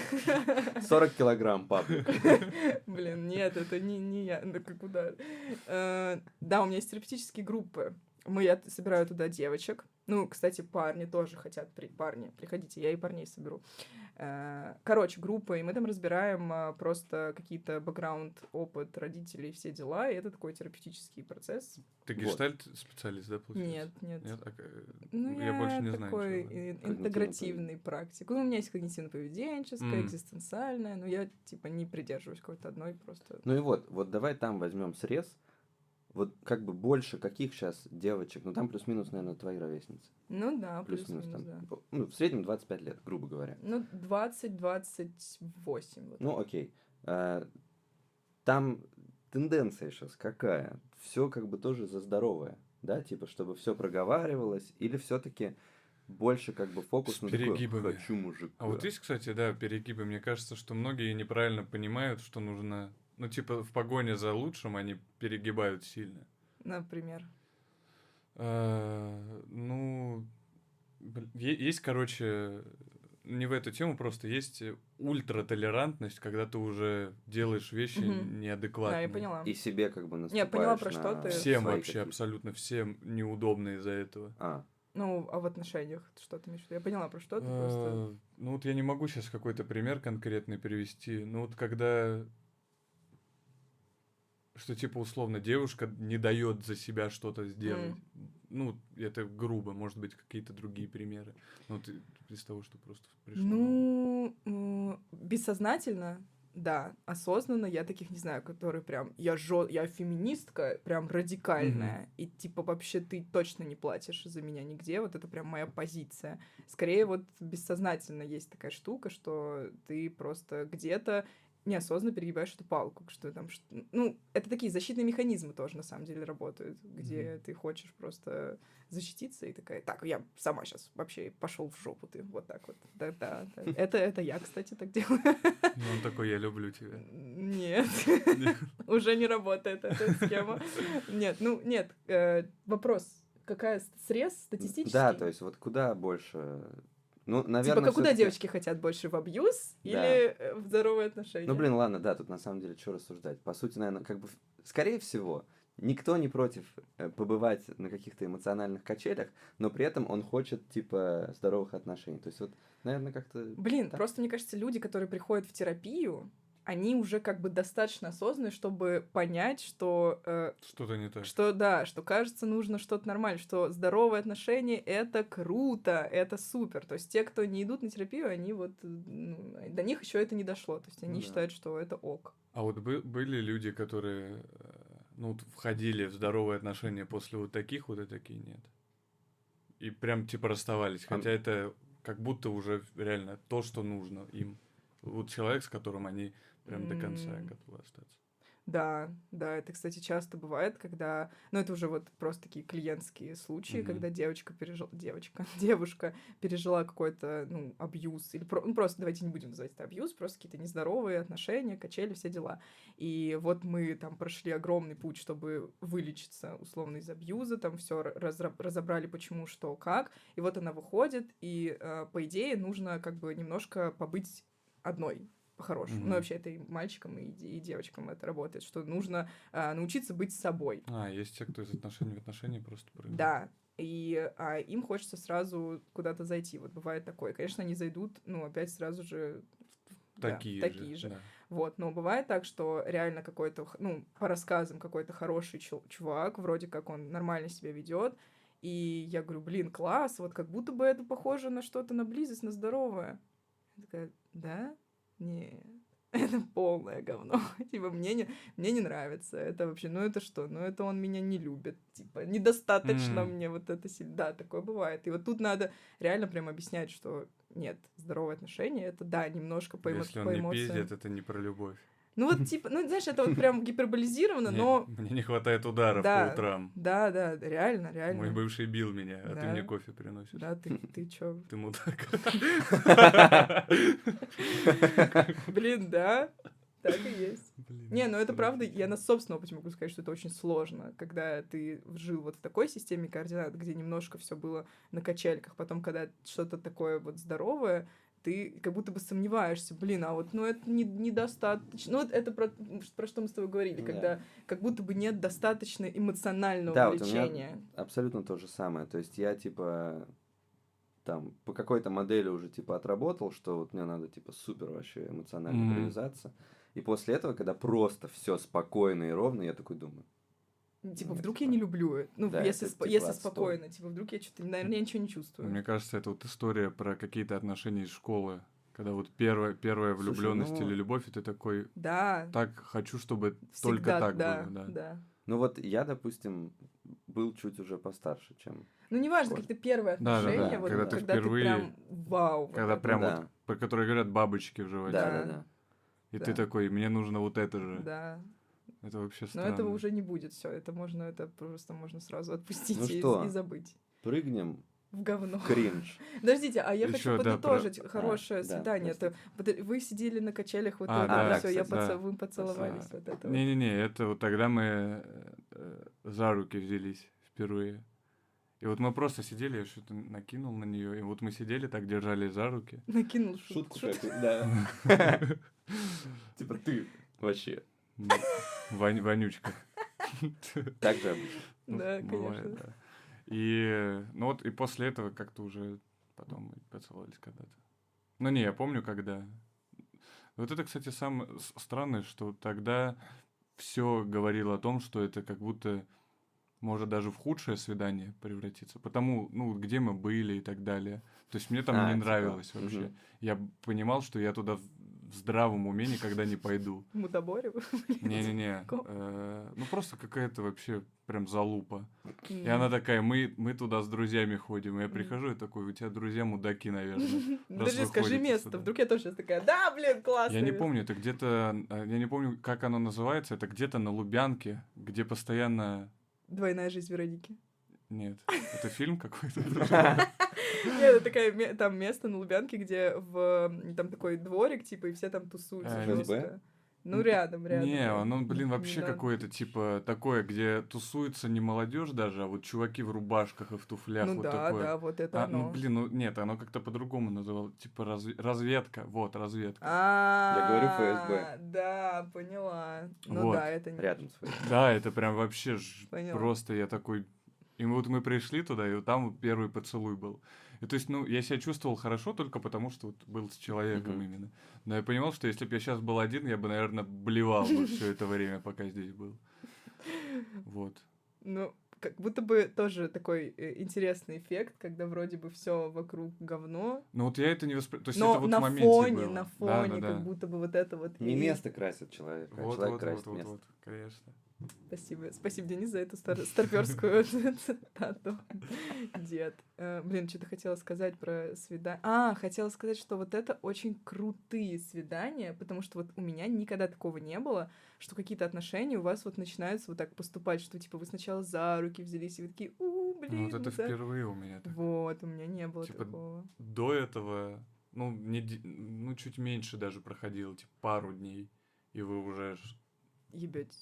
сорок килограмм паблик. Блин, нет, это не, не я. Ну, как куда? Э, Да, у меня есть терапевтические группы. Мы, я собираю туда девочек. Ну, кстати, парни тоже хотят. при- Парни, приходите, я и парней соберу. Э, Короче, группа, и мы там разбираем а, просто какие-то бэкграунд, опыт родителей, все дела. И это такой терапевтический процесс. Ты Вот. гештальт-специалист, да, получается? Нет, нет. Нет? А, э, Ну, я, больше не знаю такой ничего. и- Когнитивно-поведенческий. интегративный практик. Ну, у меня есть когнитивно-поведенческая, М. экзистенциальная, но я, типа, не придерживаюсь какой-то одной просто. Ну и вот, вот давай там возьмем срез. Вот как бы больше каких сейчас девочек, ну там плюс-минус, наверное, твои ровесницы. Ну да, Плюс-минус плюс-минус, там. да. по- Ну, в среднем двадцать пять лет, грубо говоря. Ну, двадцать-двадцать восемь. Вот. Ну, окей. А, Там тенденция сейчас какая? Все как бы тоже за здоровое, да? Типа, чтобы все проговаривалось, или все-таки больше как бы фокус С на такое перегибами. «хочу мужика». А вот есть, кстати, да, перегибы. Мне кажется, что многие неправильно понимают, что нужно Ну, типа, в погоне за лучшим они перегибают сильно. Например. А, ну, бл- е- есть, короче, не в эту тему, просто есть ультратолерантность, когда ты уже делаешь вещи Мгм. Да, я неадекватные. поняла. И себе как бы Я поняла, наступаешь про что на ты. Всем свои вообще, какие-то- абсолютно всем неудобно из-за этого. А, Ну, а в отношениях что ты имеешь в виду? Я поняла, про что ты просто... А, Ну вот я не могу сейчас какой-то пример конкретный привести. Ну вот когда, что типа условно девушка не дает за себя что-то сделать. Ну, это грубо, может быть, какие-то другие примеры. Ну, вот и- из того, что просто пришло. на ум. Ну, м, бессознательно, да. Осознанно я таких не знаю, которые прям... Я жё... я феминистка, прям радикальная. И типа вообще ты точно не платишь за меня нигде. Вот это прям моя позиция. Скорее вот бессознательно есть такая штука, что ты просто где-то неосознанно перегибаешь эту палку, что там... ш- Ну, это такие защитные механизмы тоже, на самом деле, работают, где Мгм. ты хочешь просто защититься и такая, так, я сама сейчас вообще пошел в жопу ты, вот так вот. Да, да, да. Это, это я, кстати, так делаю. Ну, он такой, я люблю тебя. Нет, уже не работает эта схема. Нет, ну, нет, э, вопрос, какая с- срез статистический? да, то есть вот куда больше... Ну, Типа, наверное, как куда всё-таки- девочки хотят больше, в абьюз Да. или э, в здоровые отношения? Ну, блин, ладно, да, тут на самом деле что рассуждать. По сути, наверное, как бы, в- скорее всего, никто не против э, побывать на каких-то эмоциональных качелях, но при этом он хочет, типа, здоровых отношений. То есть вот, наверное, как-то... Блин, так. просто мне кажется, люди, которые приходят в терапию, они уже как бы достаточно осознанны, чтобы понять, что, э, Что-то не так. что да, что кажется нужно что-то нормальное, что здоровые отношения — это круто, это супер. То есть те, кто не идут на терапию, они вот, э, ну, до них еще это не дошло. То есть они Ну да. считают, что это ок. А вот бы- были люди, которые, э, ну, вот входили в здоровые отношения после вот таких вот, и такие нет. И прям типа расставались. А- Хотя это как будто уже реально то, что нужно им. Вот человек, с которым они прям до конца М. готовы остаться. Да, да, это, кстати, часто бывает, когда... Ну, это уже вот просто такие клиентские случаи, Мгм. когда девочка пережила... Девочка, девушка пережила какой-то, ну, абьюз. Или про... ну, просто давайте не будем называть это абьюз, просто какие-то нездоровые отношения, качели, все дела. И вот мы там прошли огромный путь, чтобы вылечиться, условно, из абьюза, там все разобрали, почему, что, как. И вот она выходит, и, э, по идее, нужно как бы немножко побыть одной, по-хорошему. Мгм. Ну, вообще, это и мальчикам, и, де- и девочкам это работает, что нужно а, научиться быть собой. А, есть те, кто из отношений в отношения просто прыгает. Да. И а, им хочется сразу куда-то зайти. Вот бывает такое. Конечно, они зайдут, ну, опять сразу же... да, Такие, такие же. же. Да. Вот, но бывает так, что реально какой-то, х- ну, по рассказам, какой-то хороший чу- чувак, вроде как он нормально себя ведет, и я говорю, блин, класс, вот как будто бы это похоже на что-то, на близость, на здоровое. Я такая, да? Нет, это полное говно. Типа, мне не, мне не нравится. Это вообще, ну это что? Ну это он меня не любит. Типа, недостаточно М. мне вот это сильно. Да, такое бывает. И вот тут надо реально прям объяснять, что нет, здоровые отношения, это да, немножко по, эмо- Если по он не эмоциям. пиздит, это не про любовь. Ну вот типа, ну знаешь, это вот прям гиперболизировано, Мне, но мне не хватает ударов да, по утрам. да, да, реально, реально. Мой бывший бил меня, а ты Да. мне кофе приносишь. Да, ты, ты чё? Ты мудак. Блин, да, так и есть. Блин, Не, ну это правда, отвратительно. я на собственном опыте могу сказать, что это очень сложно, когда ты жил вот в такой системе координат, где немножко все было на качельках, потом, когда что-то такое вот здоровое, ты как будто бы сомневаешься, блин, а вот, ну, это не, недостаточно. Ну, вот это про, про что мы с тобой говорили, Да. когда как будто бы нет достаточно эмоционального Да, вот у меня влечения. абсолютно то же самое. То есть я, типа, там, по какой-то модели уже, типа, отработал, что вот мне надо, типа, супер вообще эмоционально Мгм. привязаться. И после этого, когда просто все спокойно и ровно, я такой думаю, Типа, Нет, вдруг я типа, не люблю, ну, да, если, это, спо- типа, если отстой. спокойно, типа, вдруг я что-то, наверное, я ничего не чувствую. Мне кажется, это вот история про какие-то отношения из школы. Когда вот первая, первая Слушай, влюбленность ну- или любовь, и ты такой, Да, так хочу, чтобы всегда, только так да, было. Да. да. ну вот я, допустим, был чуть уже постарше, чем... Ну, неважно, Школе. какие-то первые Да, да, да. отношения, вот, Когда когда, ты ты впервые- прям вау. вот Когда это прям вот. да, вот, про которые говорят бабочки в животе. да, Да. да, да. И да. ты такой, мне нужно вот это же. Да. Это вообще Но странно. этого уже не будет, все. Это можно, это просто можно сразу отпустить Ну и, что? и забыть. Прыгнем В говно. Кринж. Подождите, а я Ещё, хочу да, подытожить про- хорошее А, да, свидание. простите. Это вот вы сидели на качелях, вот А, это, да, все, я кстати, поца- да. вы поцеловались, вот это вот. Не-не-не, это вот тогда мы э, э, за руки взялись впервые. И вот мы просто сидели, я что-то накинул на нее, и вот мы сидели, так держались за руки. Накинул Шутку шутку. такую, да. Типа ты вообще. М, Вань- Вонючка. Так же обычно. Ну, Да, бывает, конечно. да. И, э, ну вот, и после этого как-то уже потом мы поцеловались когда-то. Ну не, я помню, когда. Вот это, кстати, самое с- странное, что тогда все говорило о том, что это как будто может даже в худшее свидание превратиться. Потому, ну, вот где мы были и так далее. То есть мне там А, не типа, нравилось вообще. мгм. Я понимал, что я туда в в здравом уме никогда не пойду. В мудоборе? Не-не-не. Каком? э, Ну, просто какая-то вообще прям залупа. И М. она такая, мы, мы туда с друзьями ходим. И я Мгм. прихожу и такой, у тебя друзья мудаки, наверное. Подожди, вы скажи ходите место. сюда. Вдруг я тоже сейчас такая, да, блин, классно. Я не помню, это где-то, э, я не помню, как оно называется, это где-то на Лубянке, где постоянно... Двойная жизнь Вероники. Нет, это фильм какой-то? Нет, это такая, ме- там место на Лубянке, где в, м, там такой дворик, типа, и все там тусуются А, жестко. ФСБ? Ну, рядом, рядом. Не, да. оно, блин, Не вообще надо. какое-то, типа, такое, где тусуется не молодежь даже, а вот чуваки в рубашках и в туфлях, Ну вот да, такое. да, вот это А, ну, оно. блин, ну, нет, оно как-то по-другому называлось, типа, разве- разведка, вот, разведка. А, говорю ФСБ. Да, поняла. Ну Вот. да, это не... Рядом с вами. Да, это прям вообще ж Поняла. просто я такой... И вот мы пришли туда, и вот там вот первый поцелуй был. И то есть, ну, я себя чувствовал хорошо только потому, что вот был с человеком Мгм. именно. Но я понимал, что если бы я сейчас был один, я бы, наверное, блевал бы все это время, пока здесь был. Вот. Ну, как будто бы тоже такой э, интересный эффект, когда вроде бы все вокруг говно, Ну вот я это не воспринимал. То есть но это вот на в моменте фоне, было. на Да, фоне, да, как да. будто бы вот это вот... Не и- место красит человека, а Вот, человек вот, красит вот, вот, место. вот, конечно. Спасибо. Спасибо, Денис, за эту стар- старперскую цитату. Дед. Э, Блин, что-то хотела сказать про свидание. А, хотела сказать, что вот это очень крутые свидания, потому что вот у меня никогда такого не было, что какие-то отношения у вас вот начинаются вот так поступать, что типа вы сначала за руки взялись, и вы такие, у, блин, Ну вот это мы за-». впервые у меня так. Вот, у меня не было Типа, такого. До этого, ну, не, ди- ну, чуть меньше даже проходило, типа, пару дней, и вы уже, ж- Ебетесь.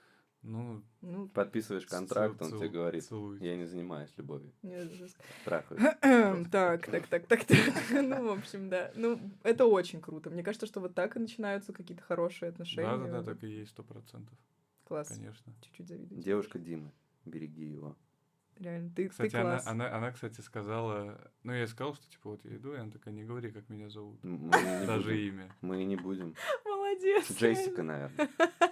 ну, Ну, Подписываешь контракт, он цел- тебе говорит, целуете. я не занимаюсь любовью. не жестко. Трахаю. Так, так, так, так, так. Ну, в общем, да. Ну, это очень круто. Мне кажется, что вот так и начинаются какие-то хорошие отношения. Да-да-да, так и есть, сто процентов, Класс. конечно. Чуть-чуть завидую. Девушка Димы, береги его. Реально, ты, ты Кстати, она, класс. она, она, кстати, сказала, ну, я ей сказал, что, типа, вот я иду, и она такая, не говори, как меня зовут, М, Мы не даже будем. имя. Мы не будем. Молодец. Джессика, наверное.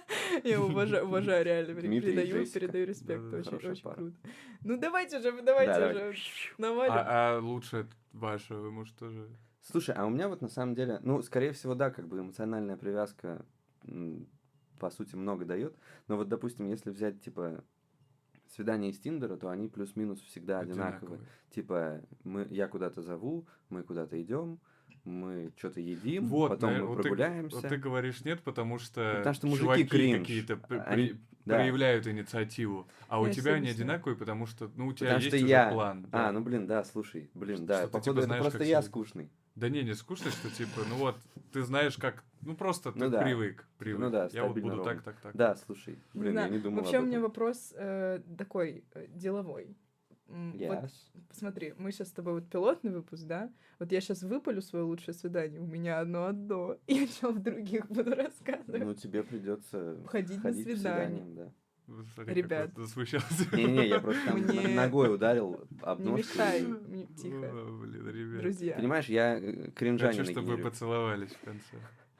Я уважаю, уважаю реально. пере- Дмитрий и Передаю, Джессика. передаю респект. Да-да-да, Очень, хорошая очень пара. круто. Ну, давайте же, давайте Да, же. давай. Навалим. А, а лучше ваша, вы, может, тоже... Слушай, а у меня вот на самом деле, ну, скорее всего, да, как бы эмоциональная привязка, м, по сути, много дает. Но вот, допустим, если взять, типа, свидания из Тиндера, то они плюс-минус всегда одинаковые. Типа, мы, я куда-то зову, мы куда-то идем, мы что-то едим, Вот, потом наверно, мы вот ты- прогуляемся. Вот ты говоришь нет, потому что, Потому что мужики чуваки кринж. какие-то п- Они- при- да. проявляют инициативу, а у Я тебя они согласна. одинаковые, потому что, ну, у тебя Потому есть что уже я... план. А, да. ну, блин, да, слушай, блин, Что- да, что ты, походу, типа, это знаешь, просто как я все- скучный. Да не, не скучно, что типа, ну вот, ты знаешь, как, ну просто ты Ну да. привык, привык. Ну да, Я вот стабильно буду ровно. так, так, так. Да, слушай, Не блин, я знаю. не думал Вообще, об у меня этом. вопрос э, такой э, деловой. М, Вот Yes. посмотри, мы сейчас с тобой вот пилотный выпуск, да? Вот я сейчас выпалю свое лучшее свидание, у меня одно-одно. Я что в других буду рассказывать? Ну, тебе придется Ходить на ходить по свидание. свиданиям, да. Вот смотри, как Ребят. вот засмущался. Не-не, я просто там Мне- ногой ударил об Не ножку. мешай, и- мне- тихо. О, блин, ребят. Друзья. Понимаешь, я э, кринжа не Хочу, чтобы вы нагенерю. поцеловались в конце.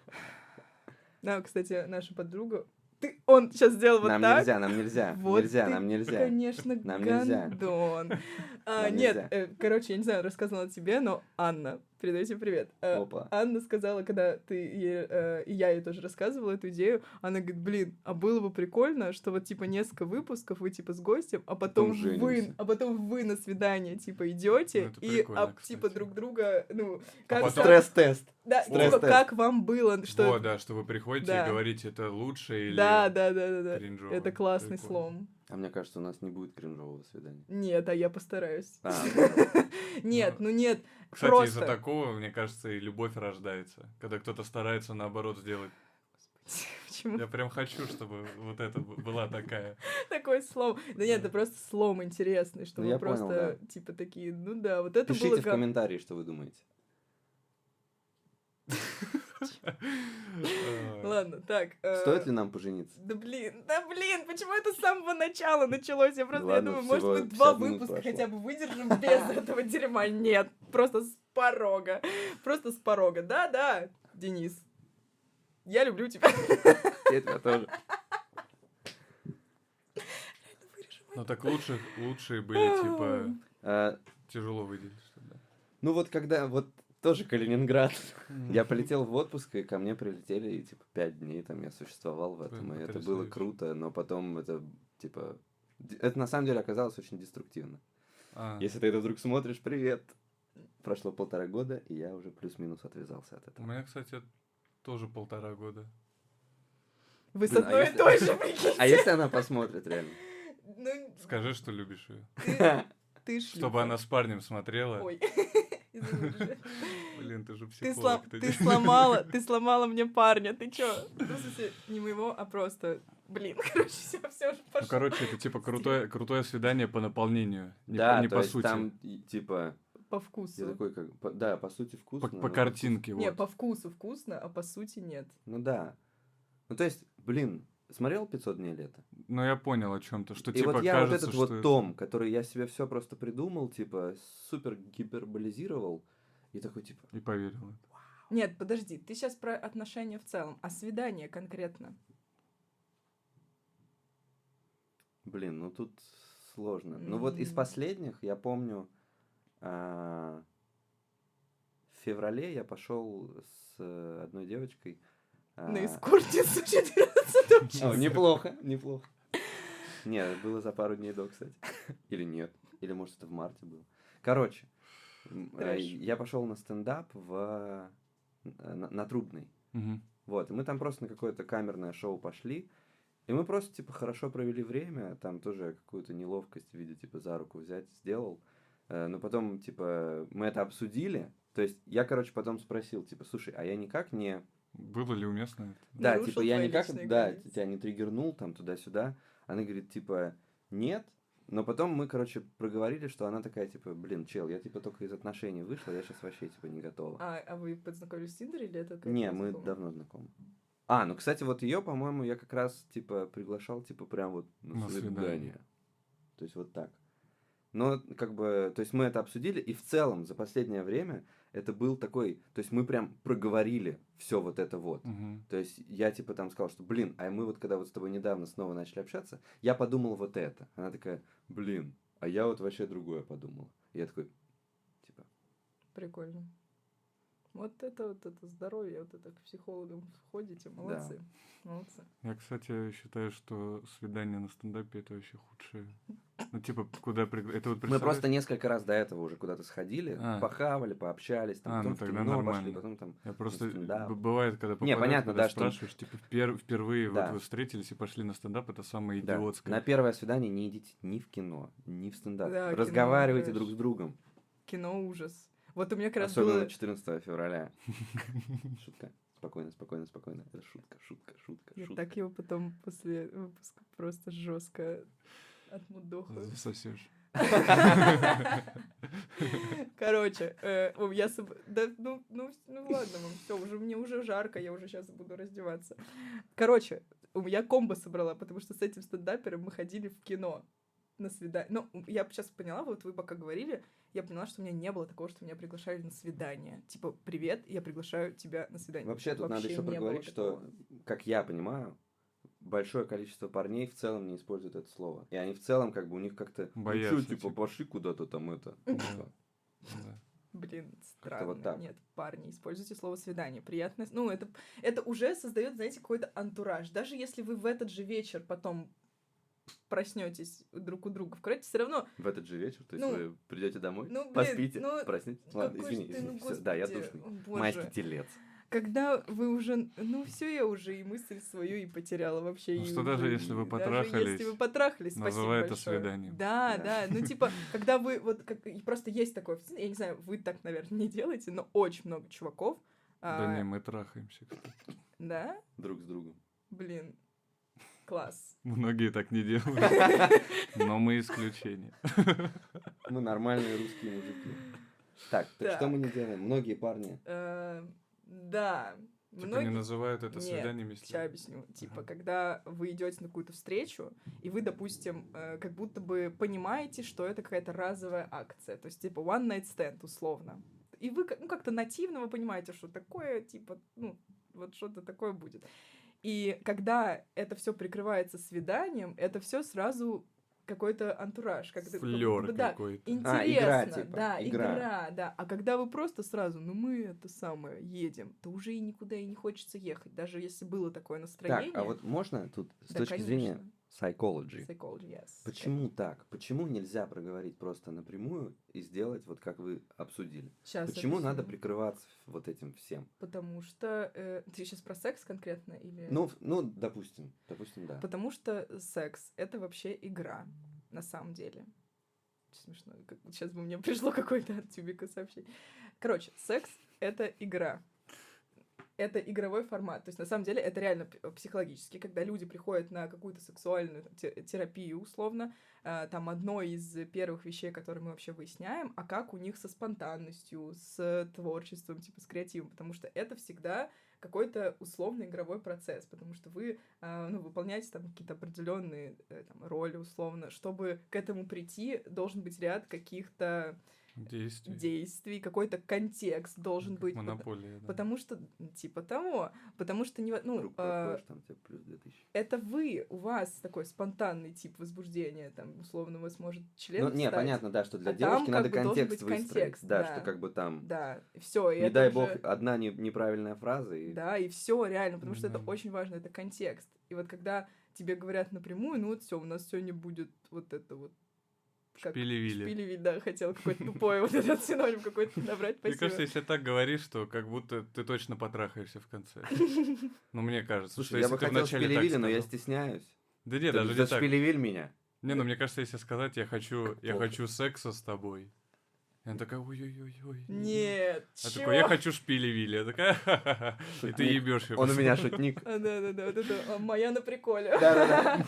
Да, кстати, наша подруга... Ты, он сейчас сделал вот Нам так. нельзя, нам нельзя, Вот нельзя, ты, нам нельзя. Конечно, Нам нельзя. гандон. А, Нам нет, нельзя. э, короче, я не знаю, рассказывала тебе, но Анна, передайте привет. Э, Опа. Анна сказала, когда ты ей, э, и я ей тоже рассказывала эту идею, она говорит, блин, а было бы прикольно, что вот типа несколько выпусков вы типа с гостем, а потом, Потом вы, женимся. а потом вы на свидание типа идете Ну, это и прикольно, об, типа кстати. друг друга, ну, как, потом- как- Стресс-тест. да, стресс-тест. типа как вам было, что Вот, да, что вы приходите Да. и говорите, это лучше или да, да, да, да, да. кринжово. Это классный Прикольно. слом. А мне кажется, у нас не будет кринжового свидания. Нет, а я постараюсь. А, Нет, ну нет, Кстати, просто. из-за такого, мне кажется, и любовь рождается. Когда кто-то старается наоборот сделать. Почему Я прям хочу, чтобы вот это б- была такая. такое слово? Да нет, это просто слом интересный, что Ну, вы я понял, просто, типа, такие, ну да, вот это было пишите в как... комментарии, что вы думаете. А, Ладно, так. э, Стоит ли нам пожениться? Да блин, да блин, почему это с самого начала началось? Я просто, я Ладно, думаю, всего может, мы два пятьдесят минут выпуска прошло. хотя бы выдержим без этого дерьма. Нет, просто с порога. Просто с порога. Да-да, Денис, я люблю тебя. Я тебя тоже. Ну так лучше, лучшие были, типа, А, тяжело выделить, что да. Ну вот когда, вот тоже Калининград. Мгм. Я полетел в отпуск, и ко мне прилетели, и типа пять дней там я существовал в этом, Блин, и это было потрясающе. круто, но потом это, типа, д- это на самом деле оказалось очень деструктивно. А, Если ты это вдруг смотришь, привет! Прошло полтора года, и я уже плюс-минус отвязался от У этого. меня, кстати, тоже полтора года. Вы с Блин, а одной и если- той же, прикиньте. А если она посмотрит, реально? Ну, Скажи, что любишь ее. ты, ты шлюха. Чтобы она с парнем смотрела. Ой, извини, Жень. Блин, ты же Ты, психолог. слом- ты сломала, ты сломала мне парня, ты чё? Ну, в смысле, не моего, а просто, блин, короче, все, все уже Ну, пошло. короче, это типа крутое, крутое свидание по наполнению. Не Да, по, не то по есть сути. там, и, типа, По я вкусу. такой, как, по- да, по сути По, вкусно. по но картинке, Не, вот. по вкусу вкусно, а по сути нет. Ну да. Ну то есть, блин, смотрел пятьсот дней лета? Ну, я понял о чем-то, что И типа вот я кажется, вот этот что вот это- том, который я себе все просто придумал, типа, супер гиперболизировал, и такой, типа, И поверил. Нет, подожди, ты сейчас про отношения в целом, а свидание конкретно? блин, ну тут сложно. Ну вот из М. последних я помню, а, в феврале я пошел с э, одной девочкой. а, На эскортницу четырнадцатого О, числа. неплохо, неплохо. Нет, было за пару дней до, кстати. Или нет. Или может это в марте было. Короче, м, э, Трэш. я пошел на стендап в э, на, на Трубной. Мгм. Вот, и мы там просто на какое-то камерное шоу пошли. И мы просто, типа, хорошо провели время. Там тоже какую-то неловкость в виде, типа, за руку взять сделал. Э, Но потом, типа, мы это обсудили. То есть я, короче, потом спросил, типа, слушай, а я никак не... Было ли уместно это? Да, Нарушил типа, я твои никак, личные да, границы. тебя не триггернул там туда-сюда. Она говорит, типа, нет. Но потом мы, короче, проговорили, что она такая, типа, блин, чел, я, типа, только из отношений вышла, я сейчас вообще, типа, не готова. А, а вы познакомились в Тиндере или это как Не, мы знакомы? давно знакомы. А, ну, кстати, вот ее, по-моему, я как раз, типа, приглашал, типа, прям вот на, На свидание. свидание. То есть вот так. Но, как бы, то есть мы это обсудили, и в целом за последнее время это был такой, то есть мы прям проговорили все вот это вот. Мгм. То есть я, типа, там сказал, что, блин, а мы вот когда вот с тобой недавно снова начали общаться, я подумал вот это. Она такая, блин, а я вот вообще другое подумала. И я такой, типа, Прикольно. Вот это вот это здоровье, вот это к психологам ходите, молодцы, молодцы. Я, кстати, считаю, что свидание на стендапе это вообще худшее. Ну, типа, куда пригла- Это вот мы представляешь? просто несколько раз до этого уже куда-то сходили, А. похавали, пообщались, там, А, потом ну в тогда кино нормально. пошли, потом там... Я просто... стендап. б- Бывает, когда Не, попадают, понятно, когда да, что- спрашиваешь, типа, впер- впервые Да. вот вы встретились и пошли на стендап, это самое Да. идиотское. На первое свидание не идите ни в кино, ни в стендап. Да, кино Разговаривайте трэш. друг с другом. Кино ужас. Вот у меня как раз Особенно было... четырнадцатого февраля. Шутка. Спокойно, спокойно, спокойно. Это шутка, шутка, шутка, Я шутка. так его потом после выпуска просто жестко отмудохаю. Засосешь. Короче, э, о, я соб- да, ну, ну, ну ладно, все, уже мне уже жарко, я уже сейчас буду раздеваться. Короче, у меня комбо собрала, потому что с этим стендапером мы ходили в кино на свидание. Ну, я сейчас поняла, вот вы пока говорили, я поняла, что у меня не было такого, что меня приглашали на свидание. Типа, привет, я приглашаю тебя на свидание. Вообще, тут надо еще не было проговорить, что, такого. как я понимаю, большое количество парней в целом не используют это слово. И они в целом, как бы, у них как-то... Боятся, Ну, чё, типа, типа. пошли куда-то там это. типа. Да. Блин, Как-то странно. вот так. Нет, парни, используйте слово свидание. Приятно. Ну, это, это уже создает, знаете, какой-то антураж. Даже если вы в этот же вечер потом проснетесь друг у друга в кровати, все равно. В этот же вечер, то есть Ну, вы придете домой, ну, блин, поспите, ну, проснетесь. Ладно, какой извини, ж ты, извини. ну, всё, да, я господи, душный. о, боже. Майский телец. когда вы уже, ну все, я уже и мысль свою и потеряла вообще. Ну, и что уже- даже если вы даже потрахались, если вы потрахались, спасибо называй это большое. свиданием. Да, Да. да, ну типа, когда вы, вот, как, и просто есть такое, я не знаю, вы так, наверное, не делаете, но очень много чуваков, Да а, не, мы трахаемся, кстати. да, Друг с другом. блин, класс. Многие так не делают. Но мы исключение. Мы нормальные русские мужики. Так, так что Так. мы не делаем? Многие парни. Э, Да, Типа многие... не называют это Нет, свиданием, если... Сейчас объясню. Типа, Ага. когда вы идете на какую-то встречу, и вы, допустим, э, как будто бы понимаете, что это какая-то разовая акция. То есть, типа, one night stand, условно. И вы как- ну, как-то нативно вы понимаете, что такое, типа, ну, вот что-то такое будет. И когда это все прикрывается свиданием, это все сразу какой-то антураж. Как как Флёр будто бы, да, какой-то. интересно, А, игра, типа, да, игра. игра, да. А когда вы просто сразу, ну мы это самое едем, то уже и никуда и не хочется ехать, даже если было такое настроение. Так, а вот можно тут с Да, точки зрения конечно. psychology? Psychology, yes. Почему так? Почему нельзя проговорить просто напрямую и сделать вот как вы обсудили? Сейчас Почему объясню. надо прикрываться вот этим всем? Потому что э, ты сейчас про секс конкретно или? Ну, в- ну, допустим, допустим, да. Потому что секс это вообще игра на самом деле. Смешно. Как, сейчас бы мне пришло какое-то от Тюбика сообщение. Короче, секс это игра. Это игровой формат. То есть, на самом деле, это реально п- психологически. Когда люди приходят на какую-то сексуальную там, те- терапию, условно, э, там одно из первых вещей, которые мы вообще выясняем, а как у них со спонтанностью, с творчеством, типа с креативом. Потому что это всегда какой-то условный игровой процесс. Потому что вы э, ну, выполняете там какие-то определенные э, там, роли, условно. Чтобы к этому прийти, должен быть ряд каких-то Действий. действий, какой-то контекст должен Как быть. монополия, да. Потому что, м, типа того, потому что, не, во- ну, Круг э, проходишь, там тебе плюс две тысячи. это вы, у вас такой спонтанный тип возбуждения, там, условно, у вас может член Ну, не, встать. понятно, да, что для А там девушки как надо бы должен контекст быть выстроить. контекст, да, да. что как бы там, Да, и все, и не это дай уже- бог, одна не- неправильная фраза. И... Да, и все реально, потому что это Да. очень важно, это контекст. И вот когда тебе говорят напрямую, ну вот все, у нас сегодня будет вот это вот. Как Шпили-вили. Шпили-вили, да, хотел какой-то тупой вот этот синоним какой-то набрать, Мне спасибо. кажется, если так говоришь, то как будто ты точно потрахаешься в конце. Ну, мне кажется, Слушай, что я если бы ты хотел вначале так шпилевили, но я сказал. стесняюсь. Да нет, Ты даже не так. зашпилевиль меня. Не, ну мне кажется, если сказать, я хочу, я Плохо. хочу секса с тобой. И она такая, ой-ой-ой-ой. Нет, А чё? такой, я хочу шпили-вили. Я такая, ха-ха-ха. И ты Шутник. ебешь его. Он у меня шутник. А, да-да-да, вот это а, моя на приколе. Да-да-да.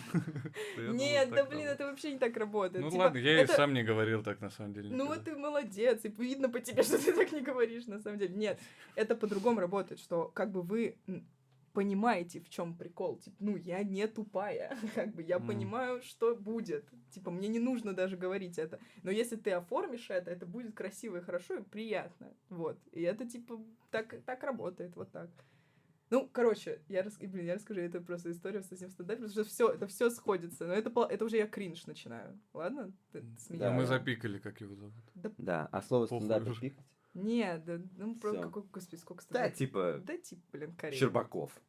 Нет, да блин, это вообще не так работает. Ну Типа, ладно, я и это- сам не говорил так на самом деле. Ну никогда. вот ты молодец, и видно по тебе, что ты так не говоришь, на самом деле. Нет, это по-другому работает, что как бы вы м, понимаете, в чем прикол. Типа, ну, я не тупая, как бы я М. понимаю, что будет. Типа, мне не нужно даже говорить это. Но если ты оформишь это, это будет красиво и хорошо, и приятно. Вот. И это, типа, так, так работает, вот так. Ну, короче, я, рас... блин, я расскажу, это просто история с этим стендапом, потому что все, это все сходится. Но это, пол- это уже я кринж начинаю. Ладно? Ты Ну, смеялась? мы Да. запикали, как его зовут. Да Да, а слово Похуй стендап уже. пикать? нет, да, ну, про Всё. какой, господи, сколько Да, стендап? типа Да, типа, блин, Корея. Щербаков.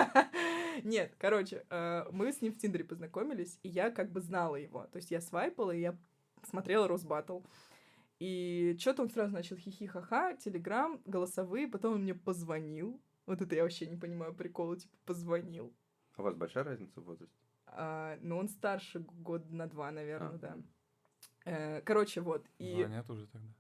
Нет, короче, э, мы с ним в Тиндере познакомились, и я как бы знала его. То есть я свайпала, и я смотрела Росбаттл. И что-то он сразу начал хихи-ха-ха, телеграм, голосовые, потом он мне позвонил. Вот это я вообще не понимаю прикола, типа, позвонил. А у вас большая разница в возрасте? А, но он старше год на два, наверное, А, да. м. Э, короче, вот. И... Звонят уже тогда.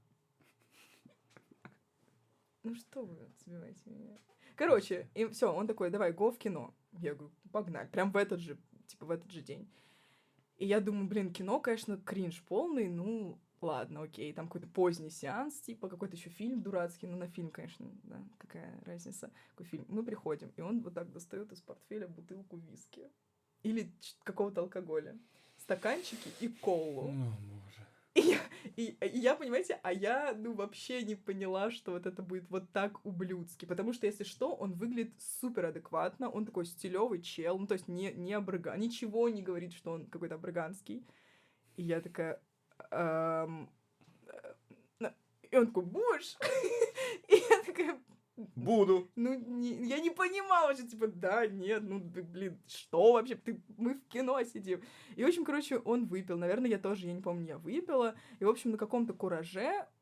Ну что вы сбиваете меня? Короче, и все, он такой, давай, го в кино. Я говорю, погнали. Прям в этот же, типа, в этот же день. И я думаю, блин, кино, конечно, кринж полный, ну, ладно, окей. Там какой-то поздний сеанс, типа, какой-то еще фильм дурацкий. Ну, на фильм, конечно, да, какая разница. Какой фильм. Мы приходим, и он вот так достает из портфеля бутылку виски. Или ч- какого-то алкоголя. Стаканчики и колу. Ну, боже. И я, и, и я, понимаете, а я, ну, вообще не поняла, что вот это будет вот так ублюдски. Потому что, если что, он выглядит супер адекватно, он такой стилёвый чел, ну, то есть не, не абрыга, ничего не говорит, что он какой-то абрыганский. И я такая... эм, э, и он такой, будешь? И я такая, Буду. ну, не- я не понимала, что, типа, да, нет, ну, да, блин, что вообще, ты, мы в кино сидим. И, в общем, короче, он выпил, наверное, я тоже, я не помню, я выпила, и, в общем, на каком-то кураже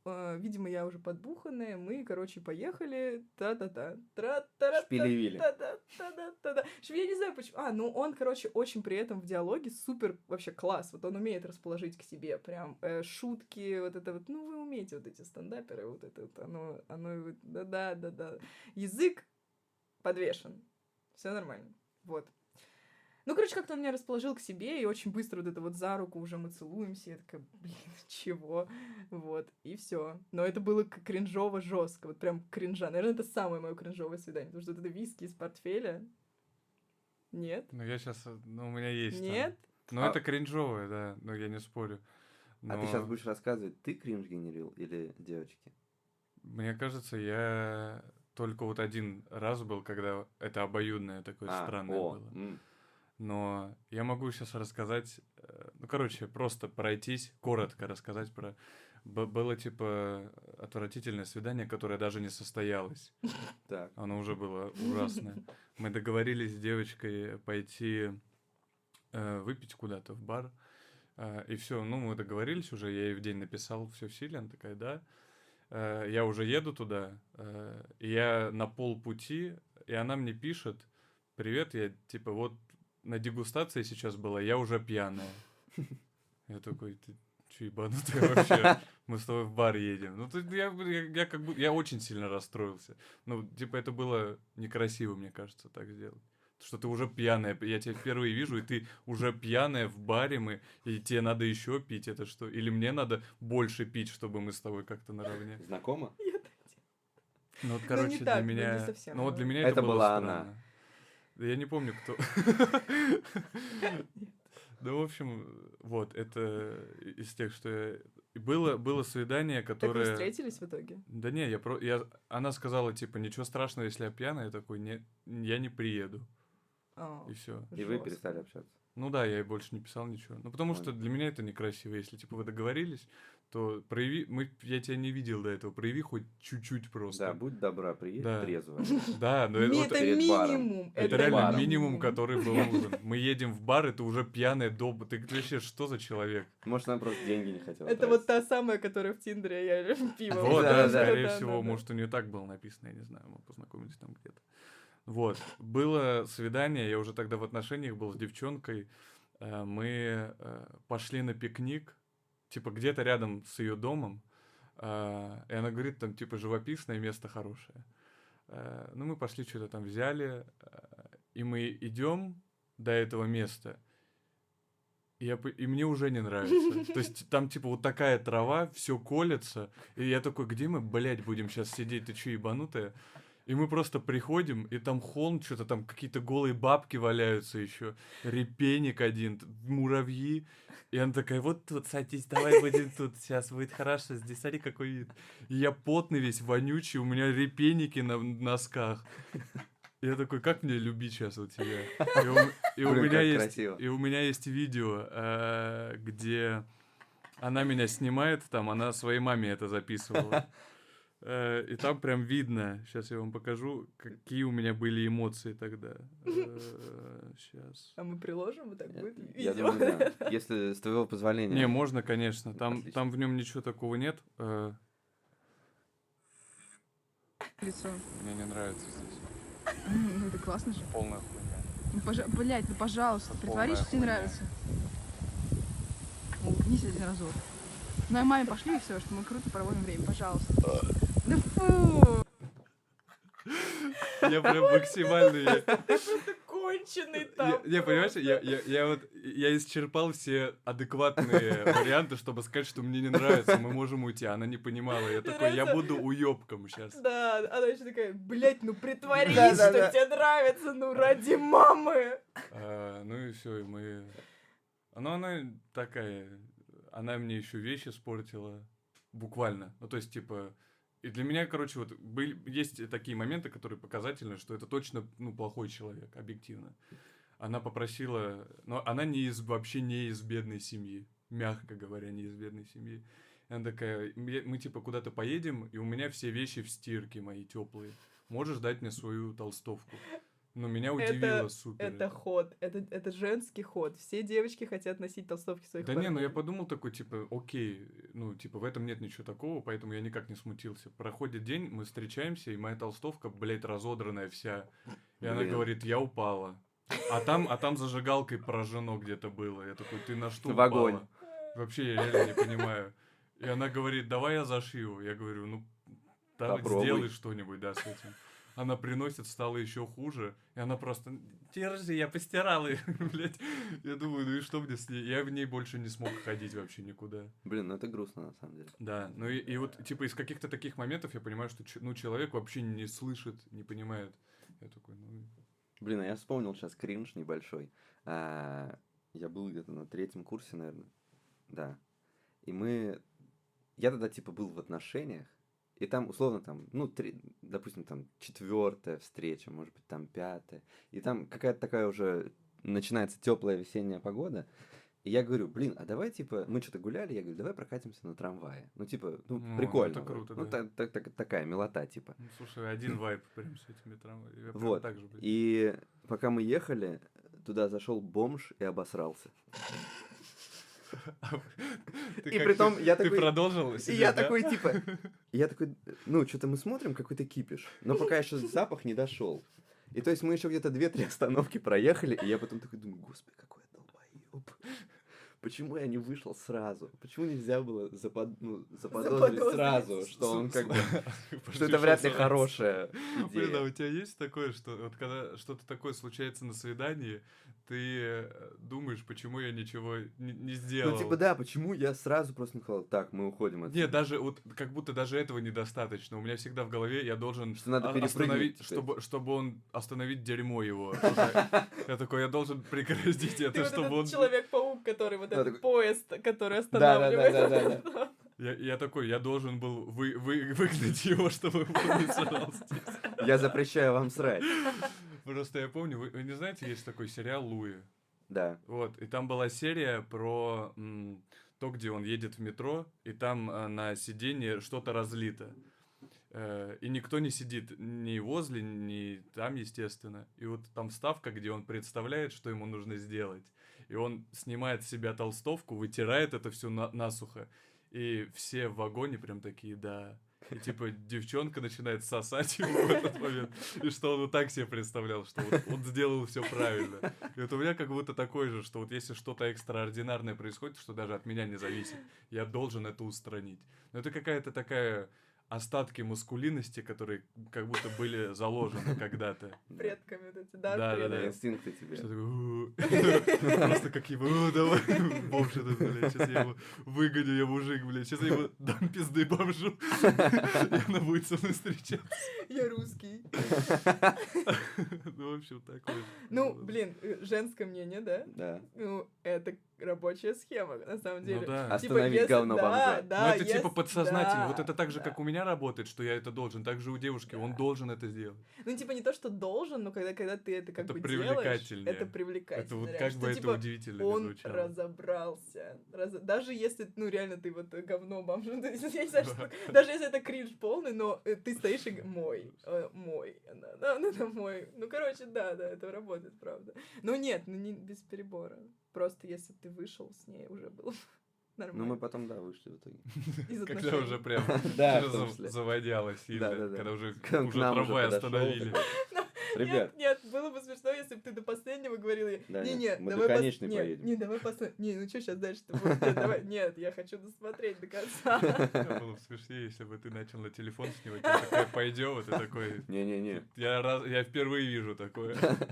э, видимо, я уже подбуханная, мы, короче, поехали, та-та-та, тра-та-та-та, Шпилевили. та-та-та-та-та. Я не знаю, почему. А, ну он, короче, очень при этом в диалоге супер вообще класс. Вот он умеет расположить к себе прям э, шутки, вот это вот, ну, вы умеете вот эти стендаперы, вот это вот, оно, оно, да-да-да-да. Язык подвешен. Все нормально. Вот. Ну, короче, как-то он меня расположил к себе, и очень быстро вот это вот за руку уже мы целуемся. Я такая, блин, чего? Вот, и все. Но это было кринжово жестко, вот прям кринжа. Наверное, это самое мое кринжовое свидание, потому что вот это виски из портфеля. Нет? Ну, я сейчас... Ну, у меня есть Нет? там. Ну, А- это кринжовое, да, но я не спорю. А ты Но сейчас будешь рассказывать, ты кринж генерил или девочки? Мне кажется, я только вот один раз был, когда это обоюдное такое А, странное о, было. м, Но я могу сейчас рассказать, э, ну, короче, просто пройтись, коротко рассказать про... Б- было, типа, отвратительное свидание, которое даже не состоялось. так. Оно уже было ужасное. Мы договорились с девочкой пойти э, выпить куда-то в бар. Э, и все, ну, мы договорились уже, я ей в день написал, все в силе, она такая, да. Э, я уже еду туда, э, и я на полпути, и она мне пишет, привет, я, типа, вот на дегустации сейчас была, я уже пьяная. Я такой, ты че, ебанутая вообще? Мы с тобой в бар едем. Ну, ты, я, я, я как бы, я очень сильно расстроился. Ну, типа, это было некрасиво, мне кажется, так сделать. Что ты уже пьяная, я тебя впервые вижу, и ты уже пьяная в баре, мы, и тебе надо еще пить, это что? Или мне надо больше пить, чтобы мы с тобой как-то наравне? Знакомо? Ну, вот, Ну, короче, не для так, ну, меня... не совсем, Ну, вот для но- меня Это это, было была странно. она. Да я не помню, кто. Ну, в общем, вот, это из тех, что я... и Было, было свидание, Так вы которое... встретились в итоге? Да не, я про... я... Она сказала, типа, ничего страшного, если я пьяный. Я такой, не... я не приеду. А, И все. И вы жёстко. перестали общаться. Ну да, я ей больше не писал ничего. Ну, потому что Понял. для меня это некрасиво. Если, типа, вы договорились, то прояви... Мы... Я тебя не видел до этого. Прояви хоть чуть-чуть Да, просто. будь добра, приедь Да. трезвая. Да, но это... Ми- вот Это перед баром. минимум. Это перед реально баром. минимум, который был нужен. Мы едем в бар, и ты уже пьяная доба. Ты вообще что за человек? Может, она просто деньги не хотела Это вот тратить. та самая, которая в Тиндере, я пиво. Вот, Да, да, да, скорее да, всего, да, да. может, у нее так было написано, я не знаю, мы познакомились там где-то. Вот, было свидание, я уже тогда в отношениях был с девчонкой, э, мы э, пошли на пикник, типа где-то рядом с ее домом, э, и она говорит, там, типа, живописное место хорошее. Э, Ну, мы пошли, что-то там взяли, э, и мы идем до этого места, и, я, по- и мне уже не нравится. То есть там, типа, вот такая трава, все колется. И я такой, где мы, блядь, будем сейчас сидеть? Ты че, ебанутая? И мы просто приходим, и там холм, что-то там какие-то голые бабки валяются еще. Репейник один, т- муравьи. И она такая, вот тут садись, давай будем тут, сейчас будет хорошо. Здесь смотри, какой вид. И я потный весь, вонючий, у меня репейники на носках. Я такой, как мне любить сейчас вот тебя? И у, и у Блин, меня как есть, красиво. и у меня есть видео, э, где она меня снимает, там она своей маме это записывала. Э, И там прям видно, сейчас я вам покажу, какие у меня были эмоции тогда. Сейчас. А мы приложим, вот так будет Я видео. думаю, да. Если с твоего позволения. Не, можно, конечно. Там, Отлично. там в нем ничего такого нет. Э, Лицо. Мне не нравится здесь. М, Ну это классно же. Полная хуйня. Ну, пожа- блядь, ну пожалуйста, Это притворись, полная что тебе хуйня. нравится. Ну, улыбнись один разок. Ну и маме пошли и все, что мы круто проводим время, пожалуйста. Да фу! Я прям максимально... я- Конченый Я, там. не, понимаешь, просто. я, я, я вот я исчерпал все адекватные варианты, чтобы сказать, что мне не нравится, мы можем уйти. Она не понимала. Я Мне такой, я нравится- буду уёбком сейчас. Да, она еще такая, блять, ну притворись, Да, да, что да. тебе нравится, ну ради мамы. А, ну и все, и мы. Ну, она такая. Она мне еще вещи испортила. Буквально. Ну, то есть, типа. И для меня, короче, вот были, есть такие моменты, которые показательны, что это точно, ну, плохой человек, объективно. Она попросила, но она не из, вообще не из бедной семьи, мягко говоря, не из бедной семьи. И она такая, мы, мы, типа куда-то поедем, и у меня все вещи в стирке мои теплые. Можешь дать мне свою толстовку? Ну, меня удивило Это, супер. это ход, это, это женский ход. Все девочки хотят носить толстовки своих Да не, ну я парней. подумал такой, типа, окей, ну, типа, в этом нет ничего такого, поэтому я никак не смутился. Проходит день, мы встречаемся, и моя толстовка, блядь, разодранная вся. И она Блин. говорит, я упала. А там, а там зажигалкой поражено где-то было. Я такой, ты на что В упала? огонь. Вообще, я реально не понимаю. И она говорит, давай я зашью. Я говорю, ну, давай Попробуй. сделай что-нибудь, да, с этим. Она приносит, стало еще хуже, и она просто, держи, я постирала ее, блядь. Я думаю, ну и что мне с ней? Я в ней больше не смог ходить вообще никуда. Блин, ну это грустно на самом деле. Да, ну и, и вот, типа, из каких-то таких моментов я понимаю, что, ч- ну, человек вообще не слышит, не понимает. Я такой, ну... Блин, а я вспомнил сейчас кринж небольшой. А, я был где-то на третьем курсе, наверное. Да. И мы... Я тогда, типа, был в отношениях. И там, условно, там, ну, три, допустим, там, четвертая встреча, может быть, там, пятая. И там какая-то такая уже начинается теплая весенняя погода. И я говорю, блин, а давай, типа, мы что-то гуляли, я говорю, давай прокатимся на трамвае. Ну, типа, ну, Ну, прикольно. это вроде. круто, Ну, да. та- та- та- такая милота, типа. Ну, слушай, один вайп прям с этими трамваями. Я прям Вот. так же, блядь. И пока мы ехали, туда зашел бомж и обосрался. Ты И как, притом ты- я ты такой- продолжил И сидеть, я да? такой, типа, и я такой, ну, что-то мы смотрим, какой-то кипиш. Но пока еще запах не дошел. И то есть мы еще где-то две-три остановки проехали, и я потом такой думаю, господи, какой я долбоеб. Почему я не вышел сразу? Почему нельзя было запод... ну, заподозрить Заподозрить. сразу, что он как бы... Что Пошли это вряд ли сразу. хорошая Блин, а идея. у тебя есть такое, что вот когда что-то такое случается на свидании, ты э, думаешь, почему я ничего не, не сделал? Ну, типа, да, почему я сразу просто не сказал, так, мы уходим отсюда. Нет, даже вот как будто даже этого недостаточно. У меня всегда в голове я должен Что надо о- перепрыгнуть остановить, теперь. чтобы, чтобы он остановить дерьмо его. Уже. Я такой, я должен прекратить Ты это, вот чтобы этот он... Человек-паук, который вот Да, этот такой- поезд, который Да, да, да, останавливает. да, Я, я такой, я должен был вы, вы, выгнать его, чтобы он не срал здесь. Я запрещаю вам срать. Просто я помню, вы, вы не знаете, есть такой сериал «Луи». Да. Вот, и там была серия про м, то, где он едет в метро, и там э, на сиденье что-то разлито. Э, и никто не сидит ни возле, ни там, естественно. И вот там вставка, где он представляет, что ему нужно сделать. И он снимает с себя толстовку, вытирает это все на- насухо. И все в вагоне прям такие, да. И типа девчонка начинает сосать его в этот момент. И что он вот так себе представлял, что вот он сделал все правильно. И вот у меня как будто такое же, что вот если что-то экстраординарное происходит, что даже от меня не зависит, я должен это устранить. Но это какая-то такая остатки маскулинности, которые как будто были заложены когда-то. Предками вот эти, да? Да, да, предками. да. Инстинкты тебе. Что такое, «У-у-у». Просто как его, «У, давай, бомж этот, блядь, сейчас я его выгоню, я мужик, блядь, сейчас я ему дам пизды бомжу, и она будет со мной встречаться. Я русский. Ну, в общем, такое. Ну, блин, э, женское мнение, да? Да. Ну, это рабочая схема, на самом деле. Ну да. Ас- Остановить говно да, бомжа. да, Но это если- типа подсознательно. да, Вот это так же, да. как у меня работает, что я это должен. Так же у девушки, он должен это сделать. Ну, типа, не то, что должен, но когда, когда ты это как Это бы делаешь, привлекательнее. это привлекательно. Это вот реально, как что, бы это типа, удивительно не он звучало. разобрался. Раз- Даже если, ну, реально ты вот говно бомж, ну, то есть, я не знаю, что- даже если это кринж полный, но э, ты стоишь и г- мой, э, мой, да, да, ну, да, мой. Ну, короче, да, да, это работает, правда. Ну, нет, ну, не без перебора. Просто если ты вышел с ней, уже было Ну, нормально. мы потом, да, вышли в итоге. Из Когда отношений. уже прям Да, уже в том за- числе. заводяло сильно, Да-да-да. когда уже К- к уже нам уже трамвай подошёл остановили. такой, Ребят, Нет, нет, было бы смешно, если бы ты до последнего говорил, Да, не, нет, не, мы до давай пос- конечной нет, поедем. не, давай посмотрим, не, ну что сейчас дальше-то будет? Нет, давай, нет, я хочу досмотреть до конца. Это было бы смешнее, если бы ты начал на телефон снимать, я такая, пойдем, и ты такой, не-не-не. я, раз, я впервые вижу такое.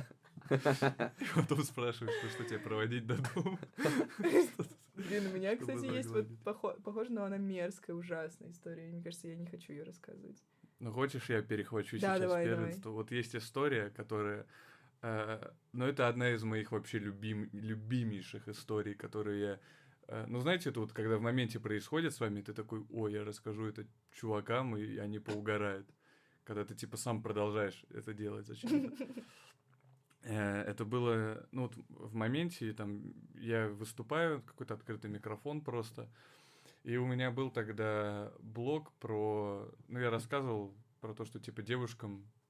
И потом спрашиваешь, что, что тебе проводить до дома. Блин, у меня, Чтобы кстати, есть вот загладить. похо- похоже, но она мерзкая, ужасная история. Мне кажется, я не хочу ее рассказывать. Ну, хочешь, я перехвачу Да, сейчас давай, первенство? Вот есть история, которая... э, ну, это одна из моих вообще любим, любимейших историй, которые я... э, ну, знаете, это вот когда в моменте происходит с вами, ты такой, ой, я расскажу это чувакам, и они поугарают. Когда ты, типа, сам продолжаешь это делать зачем-то. Э, Это было, ну, вот в моменте, там, я выступаю, какой-то открытый микрофон просто, и у меня был тогда блог про, ну, я рассказывал про то, что, типа, девушкам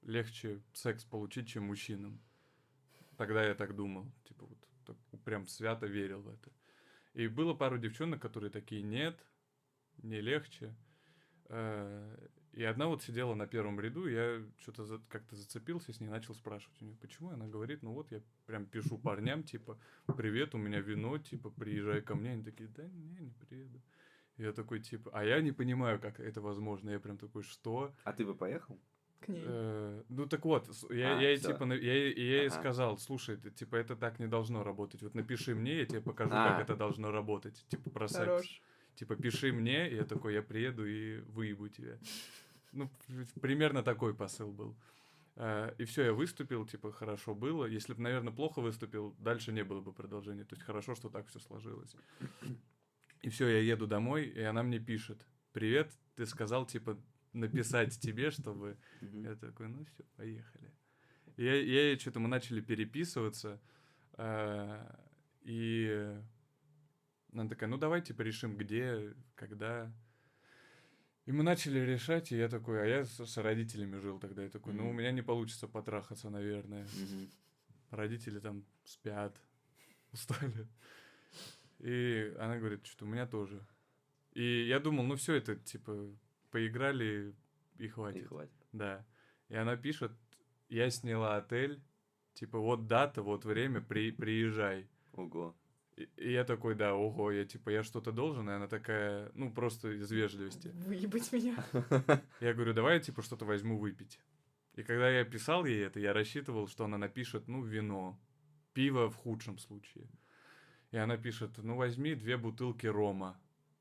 легче секс получить, чем мужчинам. Тогда я так думал, типа вот так прям свято верил в это. И было пару девчонок, которые такие: нет, не легче. Э, И одна вот сидела на первом ряду, и я что-то за- как-то зацепился с ней, начал спрашивать у нее, почему. И она говорит: ну вот я прям пишу парням, типа, привет, у меня вино, типа, приезжай ко мне. Они такие: да не, не приеду. И я такой, типа, а я не понимаю, как это возможно. Я прям такой, что? А ты бы поехал? К ней. Э, ну так вот, с- я, А, я ей всё. типа, на- я, ей- я ей Ага. сказал: слушай, ты, типа, это так не должно работать. Вот напиши мне, я тебе покажу, А. как это должно работать. Типа про секс. Хорош. Типа, пиши мне, и я такой, я приеду и выебу тебя. Ну, п- примерно такой посыл был. Э, И все, я выступил, типа, хорошо было. Если бы, наверное, плохо выступил, дальше не было бы продолжения. То есть хорошо, что так все сложилось. И все, я еду домой, и она мне пишет: привет, ты сказал, типа, написать тебе, чтобы... Мгм. Я такой, ну все, поехали. И Я, я ей что-то, мы начали переписываться, э, и она такая: ну давай, типа, решим, где, когда. И мы начали решать, и я такой, а я с, с родителями жил тогда, я такой, ну у Мгм. меня не получится потрахаться, наверное. Мгм. Родители там спят, устали. И она говорит, что у меня тоже. И я думал, ну все это, типа, поиграли и И хватит. хватит. Да. И она пишет: я сняла отель, типа, вот дата, вот время, при, приезжай. Ого. И, и я такой, да, ого, я типа, я что-то должен, и она такая, ну, просто из вежливости. Выебать меня. Я говорю, давай я, типа, что-то возьму выпить. И когда я писал ей это, я рассчитывал, что она напишет, ну, вино, пиво в худшем случае. И она пишет: ну, возьми две бутылки рома.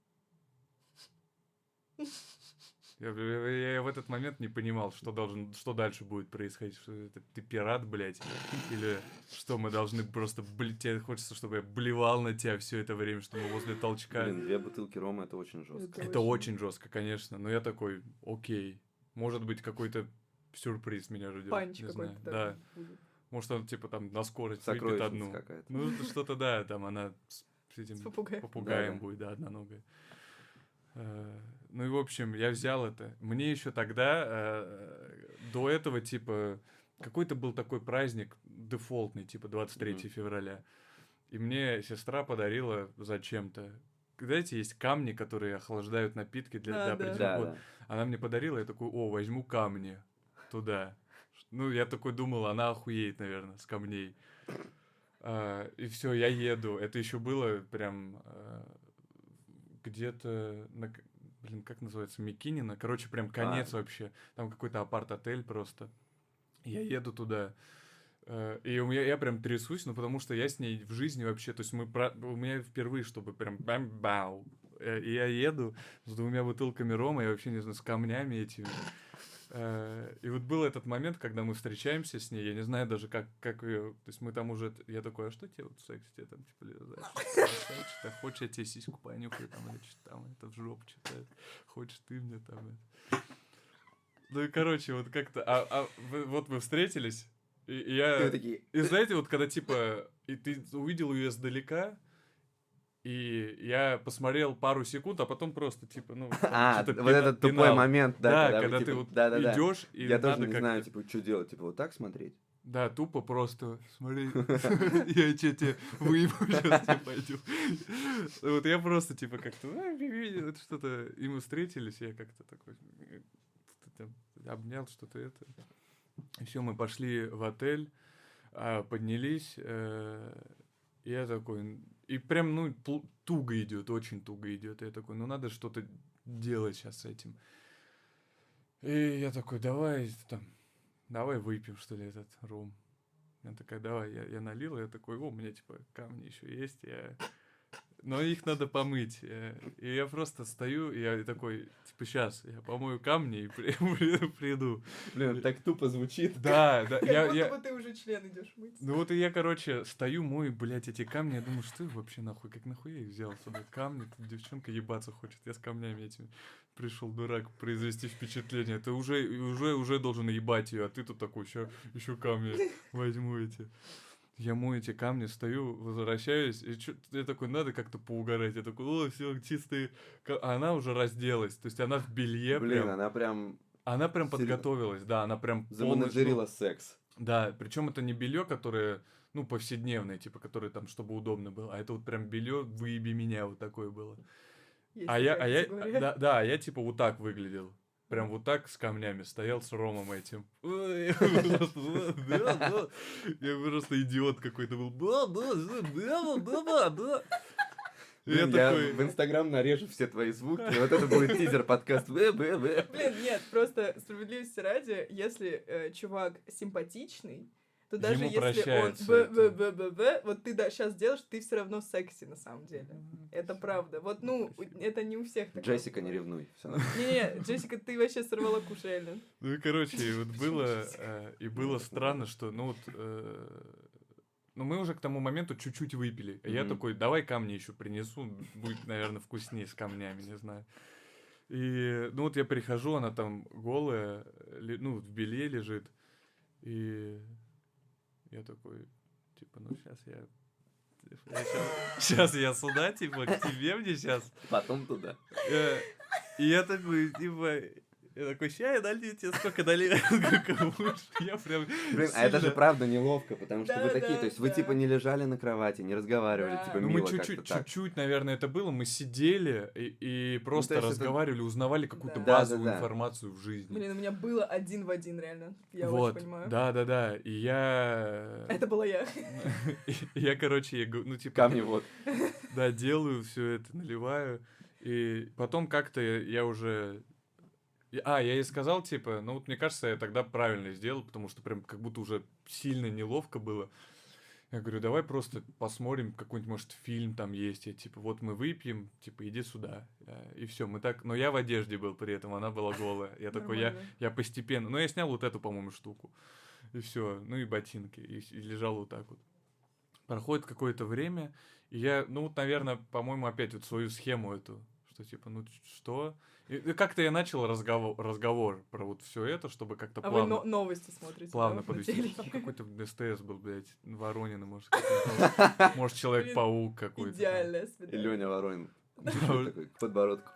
Я, я- я в этот момент не понимал, что, должен, что дальше будет происходить. Что это, ты пират, блядь? Или что, мы должны просто... Блядь, тебе хочется, чтобы я блевал на тебя все это время, что мы возле толчка... Блин, две бутылки рома — это очень жестко. Это очень жестко, конечно. Но я такой, окей. Может быть, какой-то сюрприз меня ждет. Панч не какой-то знаю. там Да. будет. Может, он типа там на скорость выпьет Сокровищница одну. какая-то. Ну, что-то да, там она с с этим С попугаем. попугаем Да-да. будет, да, одноногая. Э, Ну и, в общем, я взял это. Мне еще тогда, э, до этого, типа, какой-то был такой праздник дефолтный, типа двадцать третьего Мгм. февраля. И мне сестра подарила зачем-то. Знаете, есть камни, которые охлаждают напитки для, А, для да. определенных. Да, Вот. да. Она мне подарила, я такой, о, возьму камни туда. Ну, я такой думал, она охуеет, наверное, с камней. А, и все, я еду. Это еще было прям а, где-то, на, к- блин, как называется, Микинина. Короче, прям конец А. вообще. Там какой-то апарт-отель просто. Я еду туда. э, И у меня я прям трясусь, ну потому что я с ней в жизни вообще, то есть мы про- у меня впервые, чтобы прям бам-бау. Э, И я еду с двумя бутылками рома, я вообще не знаю, с камнями этими. Э, И вот был этот момент, когда мы встречаемся с ней, я не знаю даже, как, как ее... То есть мы там уже... Я такой, а что тебе вот в сексе? Тебе там, типа, лизать? Что-то хочешь, я тебе сиську понюхаю там, или что там, это в жопу что-то. Хочешь ты мне там это... Ну и, короче, вот как-то... А, а вы- вот мы встретились, и, и И я... вы такие... И знаете, вот когда, типа, и ты увидел ее издалека, и я посмотрел пару секунд, а потом просто, типа, ну... там А, что-то вот пена- этот тупой пенал. момент, да, Да, когда, когда вы, ты типа, вот да-да-да. идешь, и Я тоже надо не как-то... знаю, типа, что делать, типа, вот так смотреть? Да, тупо просто, смотри, я че тебе выебу, сейчас тебе пойду. Вот я просто, типа, как-то, «А, би-би», вот что-то, и мы встретились, я как-то такой, э, там обнял что-то это. И все, мы пошли в отель, а, поднялись, э, и я такой, и прям, ну, пл- туго идет, очень туго идет. Я такой, ну, надо что-то делать сейчас с этим. И я такой, давай, там, давай выпьем, что ли, этот ром. Она такая, давай, я, я налил, я такой, о, у меня, типа, камни еще есть, я... но их надо помыть. э, И я просто стою, и я такой, типа, сейчас, я помою камни и при- при- приду. Блин, так тупо звучит. Да, да, Как я... будто я... бы ты уже член идешь мыть. Ну вот и я, короче, стою, мою, блядь, эти камни, я думаю, что вообще нахуй, как нахуй я их взял сюда? Камни, тут девчонка ебаться хочет, я с камнями этими пришел, дурак, произвести впечатление. Ты уже, уже, уже должен ебать ее, а ты тут такой, еще, еще камни возьму эти. Я мою эти камни, стою, возвращаюсь, и чё, я такой, надо как-то поугарать. Я такой, о, все, чистые. ка-». А она уже разделась, то есть она в белье Блин, прям. она прям Она прям Серьёзно? подготовилась, да, она прям полностью... Заменеджерила секс. Да, причем это не белье, которое, ну, повседневное, типа, которое там, чтобы удобно было, а это вот прям белье выеби меня, вот такое было. Есть А я, такая а я, категория. да, да, я типа вот так выглядел. Прям вот так с камнями стоял с Ромом этим. Ой, я просто идиот какой-то был. Да, да, да, да, да, да. Блин, Я я такой... в Инстаграм нарежу все твои звуки, и вот это будет тизер подкаст. Бэ-бэ-бэ. Блин, нет, просто справедливости ради, если э, чувак симпатичный, то даже Ему если он прощается б б б б б вот ты да, сейчас делаешь, ты все равно секси на самом деле. Это правда. Вот, ну, у- это не у всех так. Джессика, не ревнуй. Всё нормально. Не-не, Джессика, ты вообще сорвала куш, реально. Ну и короче, и вот было, э, и было странно, что, ну вот, э, ну мы уже к тому моменту чуть-чуть выпили. А я Мгм. такой, давай камни еще принесу, будет, наверное, вкуснее с камнями, не знаю. И, ну вот я прихожу, она там голая, ли- ну, в белье лежит, и я такой, типа, ну сейчас я... Сейчас я сюда, типа, к тебе мне сейчас. Потом туда. Э, И я такой, типа, я такой, ща я налью тебе сколько налью, сколько будешь. Я прям Блин, а это же сильно- правда неловко, потому что вы Да, такие, да, то есть вы да. типа не лежали на кровати, не разговаривали, Да. типа Ну, мило мы как-то чуть-чуть, так. чуть-чуть, наверное, это было. Мы сидели и, и просто есть это- разговаривали, узнавали какую-то Да. базовую Да-да-да. информацию в жизни. Блин, у меня было один в один, реально. Я вот, очень понимаю. да, да, да. И я... Это была я. И я, короче, я говорю, ну, типа, Камни вот. да, делаю все это, наливаю. И потом как-то я уже... И- А, я ей сказал, типа, ну вот мне кажется, я тогда правильно сделал, потому что прям как будто уже сильно неловко было. Я говорю, давай просто посмотрим какой-нибудь, может, фильм там есть. Я типа, вот мы выпьем, типа, иди сюда. Э, И все, мы так... Но я в одежде был при этом, она была голая. Я такой, я, Нормально. я постепенно... Ну, я снял вот эту, по-моему, штуку. И все, ну и ботинки. И, и лежал вот так вот. Проходит какое-то время, и я, ну вот, наверное, по-моему, опять вот свою схему эту, что типа, ну ч- что? И, и как-то я начал разговор, разговор про вот все это, чтобы как-то А вы плавно, но- новости смотрите, плавно да, на подвести. телеке? Там какой-то СТС был, блядь, Воронин, может, какой-то, может, Человек-паук какой-то. там. Идеальное И свидание. Леня Воронин. Да, Такой, к подбородку.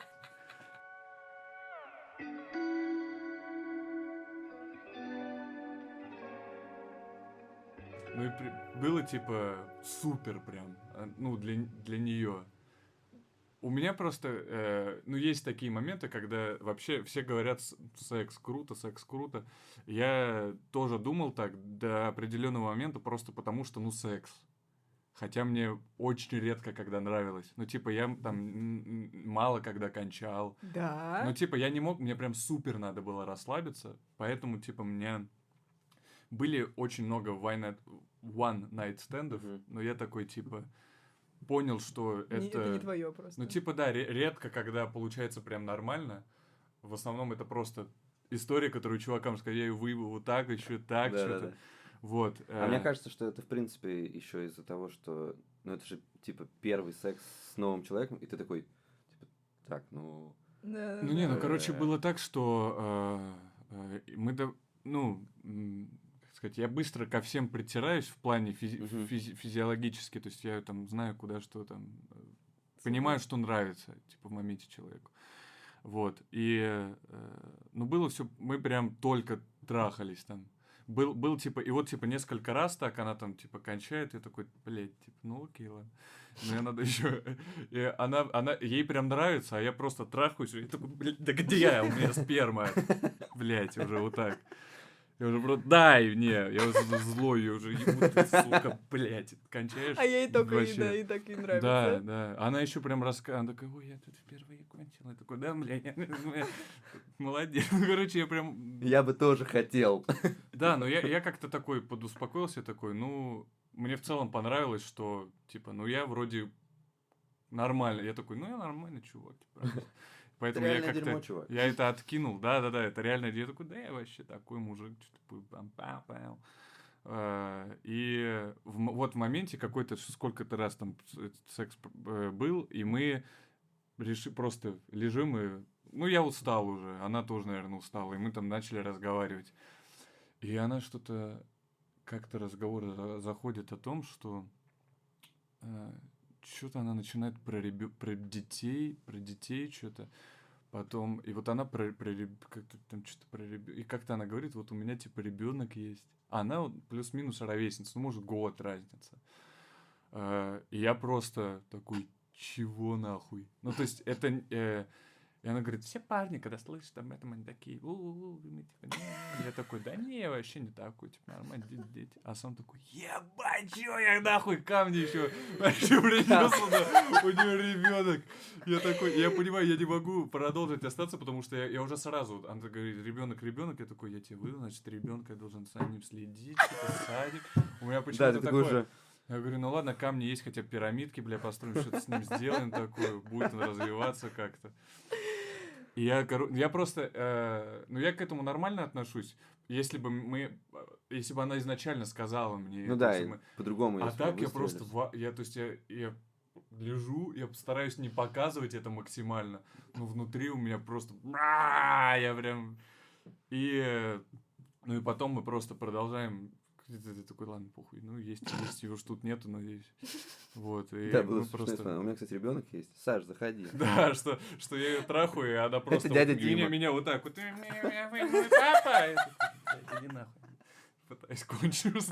Ну и при- было типа супер прям, а, ну для, для нее. У меня просто, э, ну есть такие моменты, когда вообще все говорят с- секс круто, секс круто. Я тоже думал так до определенного момента просто потому, что ну секс. Хотя мне очень редко когда нравилось. Ну типа я там м, м, мало когда кончал. Да? Ну, типа, я не мог, мне прям супер надо было расслабиться, поэтому, типа, мне были очень много one night, one night стендов, Мгм. но я такой, типа, понял, что Не- это... это не твое просто. Ну, типа, да, ре- редко, когда получается прям нормально, в основном это просто история, которую чувакам сказать, я ее выебу вот так, еще так, что-то. Да-да-да. Вот. А э, мне кажется, что это, в принципе, еще из-за того, что, ну, это же, типа, первый секс с новым человеком, и ты такой, типа, так, ну, Да, Ну не, ну да. короче, Э. было так, что э, э, мы, до- ну, м, как сказать, я быстро ко всем притираюсь в плане физи- Мгм. физи- физиологически, то есть я там знаю, куда что там, э, понимаю, что нравится, типа, в моменте человеку. Вот, и, э, ну, было все, мы прям только трахались там. Был, был, типа, и вот, типа, несколько раз так она там, типа, кончает, и я такой, блядь, типа, ну окей, ладно. Мне надо еще... И она, она, ей прям нравится, а я просто трахаюсь, и такой, блядь, да где я? У меня сперма. Блядь, уже вот так. Я уже просто, дай мне, я уже злой, я уже ебу, ты, сука, блядь, кончаешь? А ей только и, Вообще. да, и так и нравится. Да, да. Она еще прям рассказывает, она такая, ой, я тут впервые кончила. Я такой, да, блядь, молодец. Ну, короче, я прям... я бы тоже хотел. Да, но я, я как-то такой подуспокоился, такой, ну, мне в целом понравилось, что, типа, ну, я вроде нормально. Я такой, ну, я нормальный чувак. Типа. Поэтому я реальное как-то... дерьмо, чувак. Я это откинул, да-да-да, это реально. Я такой, да, я вообще такой мужик. Что-то пам-пам-пам. А, И в м- вот в моменте какой-то, сколько-то раз там с- секс э, был, и мы реши, просто лежим и... Ну, я устал уже, она тоже, наверное, устала, и мы там начали разговаривать. И она что-то... Как-то разговор за- заходит о том, что... что-то она начинает про, ребё- про детей, про детей что-то. Потом, и вот она про, про реб- как-то там что-то про ребё- и как-то она говорит, вот у меня типа ребенок есть. А она вот плюс-минус ровесница, ну, может, год разница. Э, И я просто такой, чего нахуй? Ну, то есть, это... э, И она говорит, все парни, когда слышат об этом, они такие, у-у-у, мы типа, не. Я такой, да не, вообще не такой, типа, нормально, дети, дети. А сам такой, ебать, чё я нахуй камни еще вообще принес сюда, у нее ребенок. Я такой, я понимаю, я не могу продолжить остаться, потому что я, я уже сразу, она говорит, ребенок, ребенок, я такой, я тебе выдал, значит, ребенка, я должен за ним следить, типа, садик. У меня Да, почему-то ты такой такое... уже... Я говорю, ну ладно, камни есть, хотя бы пирамидки, бля, построим, что-то с ним сделаем такое, будет он развиваться как-то. И я, коро- я просто, э, ну я к этому нормально отношусь, если бы мы, э, если бы она изначально сказала мне, Ну то да, есть и мы- по-другому, а если бы так я просто, выстроились. ва- я, то есть я, я лежу, я стараюсь не показывать это максимально, но внутри у меня просто, «Ра!» я прям, и, э, ну и потом мы просто продолжаем. Ты, ты- ты такой, ладно, похуй, ну есть, есть, его ж тут нету, надеюсь. Вот, и Да, было мы смешно, просто... если она- У меня, кстати, ребенок есть. Саш, заходи. Да, что, что я ее трахаю, и она просто дядя вот меня, Дима. меня вот так вот, «Ты меня, вы мой папа!» Я такой, «Блядь, иди нахуй. Пытаюсь кончить.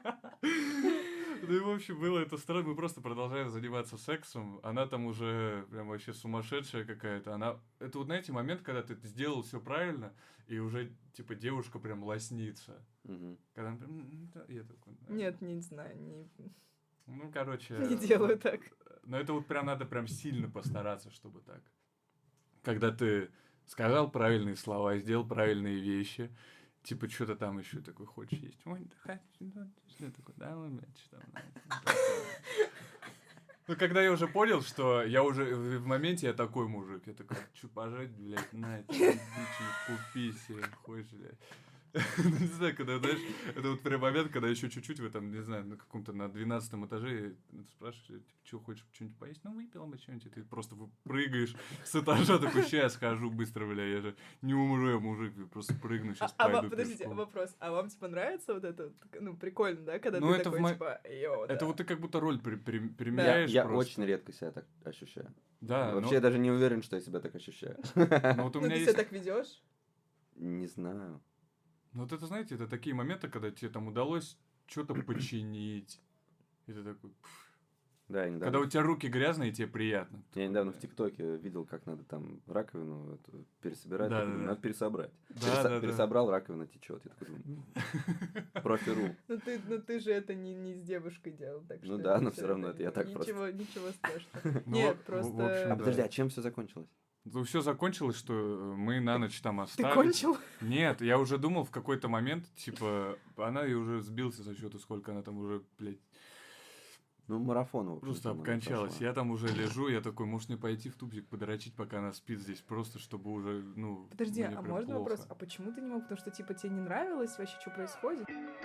Ну и, в общем, было это странно. Мы просто продолжаем заниматься сексом. Она там уже прям вообще сумасшедшая какая-то. Она... Это вот, знаете, момент, когда ты сделал все правильно, и уже, типа, девушка прям лоснится. Мгм. Когда она прям... «М, да», я такой... «Да». Нет, не знаю, не, Ну, короче... не делаю вот, так. Но это вот прям надо прям сильно постараться, чтобы так. Когда ты сказал правильные слова, сделал правильные вещи, типа, что-то там еще такой хочешь есть. Ой, да хочу, ну, я такой, да, ой, блядь, что там, да, ну, такое. Ну, когда я уже понял, что я уже в в моменте я такой мужик, я такой, хочу пожать, блядь, на, тебе, купи себе, хочешь, блядь. Ну, не знаю, когда, знаешь, это вот прям момент, когда еще чуть-чуть вы там, не знаю, на каком-то, на двенадцатом этаже ты спрашиваешь, типа, что хочешь, что-нибудь поесть? Ну, выпила бы что-нибудь, и ты просто вы- прыгаешь с этажа, такой, сейчас схожу быстро, бля, я же не умру, я мужик, я просто прыгну, А, сейчас а ва- пойду подождите, пешком. вопрос. А вам, типа, нравится вот это? вот, ну, прикольно, да? Когда Ну, ты это в такой, мо- типа, йоу, Это да. вот ты как будто роль при- при- Я, примеряешь я просто. очень редко себя так ощущаю. Да, Вообще, но- я даже не уверен, что я себя так ощущаю. но вот у Ну, меня ты есть... себя так ведешь? Не знаю. Ну, вот это, знаете, это такие моменты, когда тебе там удалось что-то починить. И ты такой... пф. Да, я Когда недавно, у тебя руки грязные, тебе приятно. я недавно в ТикТоке видел, как надо там раковину эту пересобирать. Да, Я да, думаю, да. надо пересобрать. Да, Переса- да, да. Пересобрал, раковина течет. Я такой думаю, профи.ру. Ну ты, ну ты же это не, не с девушкой делал, так Ну что... да, но всё всё равно это я так ничего, Ничего страшного. Ну, Нет, в- в просто... общем, А да. подожди, а чем все закончилось? Ну, все закончилось, что э, мы на ночь там Ты остались. кончил? Нет, я уже думал в какой-то момент, типа, она и уже сбился со счету, сколько она там уже, блядь, Ну, марафон, в общем, просто там она обкончалась. прошла. Я там уже лежу, я такой, может, мне пойти в тубзик подрочить, пока она спит здесь, просто чтобы уже, ну, Подожди, мне а прям можно плохо. вопрос? А почему ты не мог? Потому что, типа, тебе не нравилось вообще, что происходит?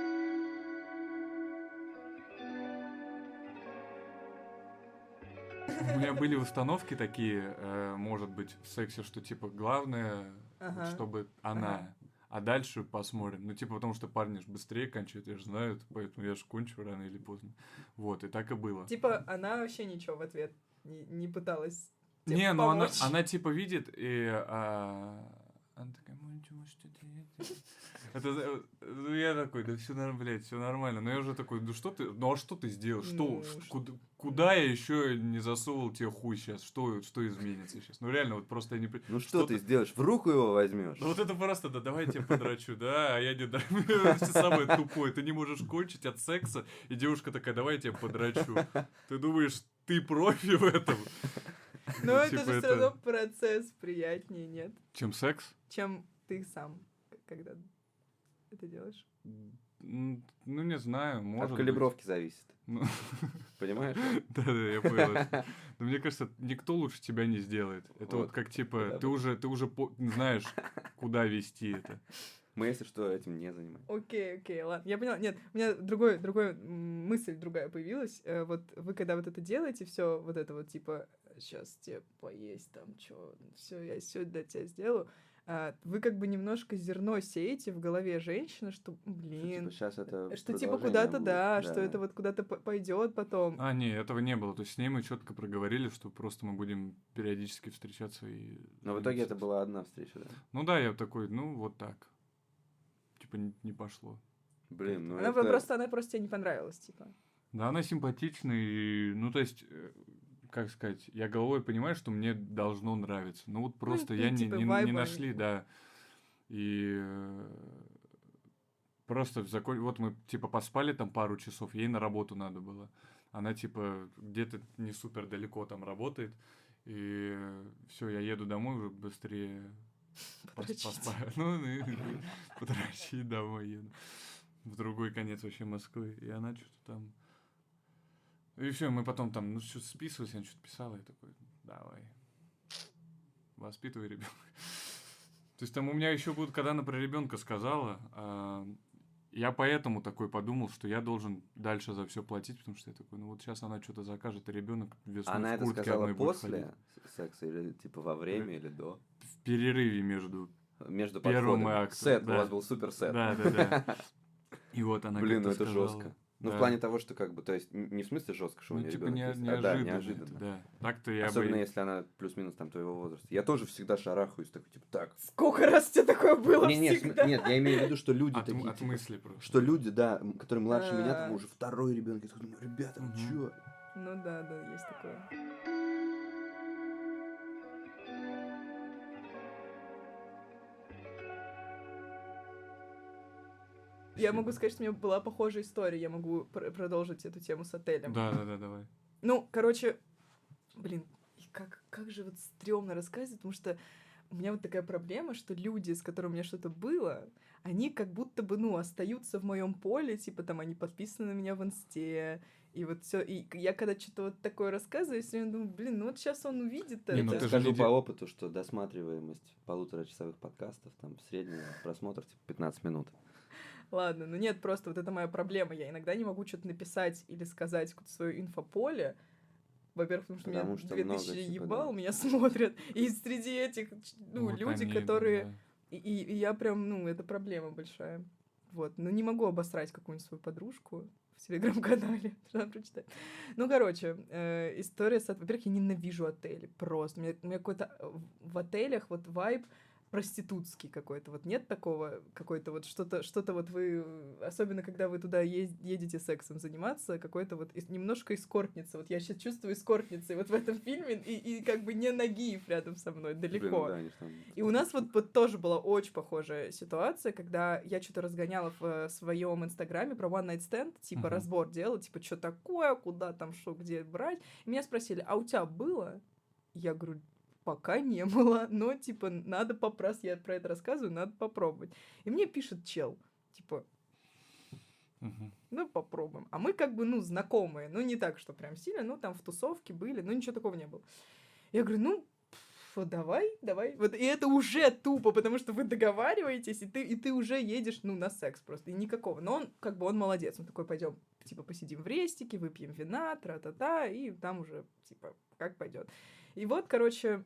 У меня были установки такие, э, может быть, в сексе, что, типа, главное, вот Ага. чтобы она, а дальше посмотрим. Ну, типа, потому что парни ж быстрее кончают, я же знаю, поэтому я же кончу рано или поздно. Вот, и так и было. Типа, она вообще ничего в ответ не, не пыталась тебе Не, ну она, помочь. она типа видит, и а, она такая, мальчик, что ты это? Это, э, ну, я такой, да все нормально, блядь, все нормально. Но я уже такой, ну что ты, ну а что ты сделал? Что, Ну, ш- ш- куда, куда я еще не засовывал тебе хуй сейчас? Что, что изменится сейчас? Ну реально, вот просто я не... при- Ну что ты сделаешь? В руку его возьмешь? Ну вот это просто, да, давай я тебя подрачу, да, а я не драчу. Ты самое тупое, ты не можешь кончить от секса, и девушка такая, давай я тебя подрачу. Ты думаешь, ты профи в этом? Но Ну, это типа же это- все равно процесс приятнее, нет? Чем секс? Чем ты сам, к- когда это делаешь. М, Ну, не знаю, может От быть. калибровки зависит. Ну, Понимаешь? Да-да, я понял. это. Но мне кажется, никто лучше тебя не сделает. Это вот Вот. как, типа, Да, ты да. уже, ты уже по- знаешь, куда вести это. Мы, если что, этим не занимаемся. Окей, окей, ладно. Я поняла. Нет, у меня другой, другой м, мысль другая появилась. Э, Вот вы когда вот это делаете, все вот это вот типа сейчас тебе поесть там, что, все, я все для тебя сделаю. а, вы как бы немножко зерно сеете в голове женщины, что, блин, сейчас это что типа продолжение куда-то, будет, да, что это вот куда-то п- пойдет потом. А, не, этого не было. То есть с ней мы четко проговорили, что просто мы будем периодически встречаться и... Но в итоге это была одна встреча, да? Ну да, я такой, ну вот так. Типа не, не пошло. Блин, ну Она это... просто, она просто тебе не понравилась, типа. Да, она симпатичная, и, ну то есть, э, как сказать, я головой понимаю, что мне должно нравиться. Ну вот просто и я не, типа не, вайба не и- нашли, да. И э, просто в закон... вот мы типа поспали там пару часов, ей на работу надо было. Она типа где-то не супер далеко там работает. И все, я еду домой уже быстрее пос- Подрочить. поспать. Ну, и- и подрочить домой еду. В другой конец вообще Москвы. И она что-то там... И все, мы потом там, ну, что-то списывались, она что-то писала, я такой, давай, воспитывай ребенка. То есть там у меня еще будет, когда она про ребенка сказала, а, я поэтому такой подумал, что я должен дальше за все платить, потому что я такой, ну вот сейчас она что-то закажет, а ребенок весной Она в это куртке сказала одной будет после ходить. секса или типа во время или до? В перерыве между... Между Первым подходами. актом, Сет, да. у вас был супер сет. Да, да, да. И вот она Блин, ну как-то это сказала. жестко. Ну, Да. в плане того, что как бы, то есть, н- не в смысле жестко, что у Ну, нее типа, ребенок не- есть, а неожиданно. да, это, неожиданно. да. Так-то я Особенно бы... если она плюс-минус там твоего возраста. Я тоже всегда шарахаюсь, такой, типа, так. Сколько раз тебе такое было Не, нет, всегда? см- нет, я имею в виду, что люди От, такие, от типа, мысли просто. что люди, да, м, которые младше меня, там А. уже второй ребенок. Я такой думаю, ребята, вы Мгм. чё? Ну да, да, есть такое. Я могу сказать, что у меня была похожая история. Я могу пр- продолжить эту тему с отелем. Да, да, да, давай. Ну, короче, блин, и как, как же вот стрёмно рассказывать, потому что у меня вот такая проблема, что люди, с которыми у меня что-то было, они как будто бы, ну, остаются в моем поле, типа там они подписаны на меня в инсте, и вот все. И я когда что-то вот такое рассказываю, я всё время думаю, блин, ну вот сейчас он увидит Не, это. ну Я ты же скажу не по де- опыту, что досматриваемость полуторачасовых подкастов, там, средний просмотр, типа, пятнадцать минут. Ладно, ну нет, просто вот это моя проблема. Я иногда не могу что-то написать или сказать какое-то свое инфополе. Во-первых, потому что Потому меня что две много, тысячи типа, ебал, да. меня смотрят. И среди этих, ну, Вот люди, они, которые... да. И, и- и я прям, ну, это проблема большая. Вот, ну не могу обосрать какую-нибудь свою подружку в телеграм-канале, надо прочитать. Ну, короче, э, история с... от- Во-первых, я ненавижу отели, просто. У меня, у меня какой-то э, в отелях вот вайб проститутский какой-то. Вот нет такого какой-то вот что-то, что-то вот вы... Особенно, когда вы туда ез- едете сексом заниматься, какой-то вот ис- немножко эскортница. Вот я сейчас чувствую эскортницей вот в этом фильме, и, и как бы не Нагиев рядом со мной, далеко. Блин, ну да, они ж там... И у нас вот, вот тоже была очень похожая ситуация, когда я что-то разгоняла в э, своем инстаграме про One Night Stand, типа Мгм. разбор делала, типа, что такое, куда там, что, где брать. И меня спросили, а у тебя было? Я говорю, пока не было, но, типа, надо попрос, я про это рассказываю, надо попробовать. И мне пишет чел, типа, Мгм. ну, попробуем. А мы как бы, ну, знакомые, ну, не так, что прям сильно, ну, там в тусовке были, но ничего такого не было. Я говорю, ну, пф, давай, давай. Вот, и это уже тупо, потому что вы договариваетесь, и ты, и ты уже едешь, ну, на секс просто, и никакого. Но он, как бы, он молодец, он такой, пойдем, типа, посидим в рестике, выпьем вина, тра-та-та, и там уже, типа, как пойдет. И вот, короче,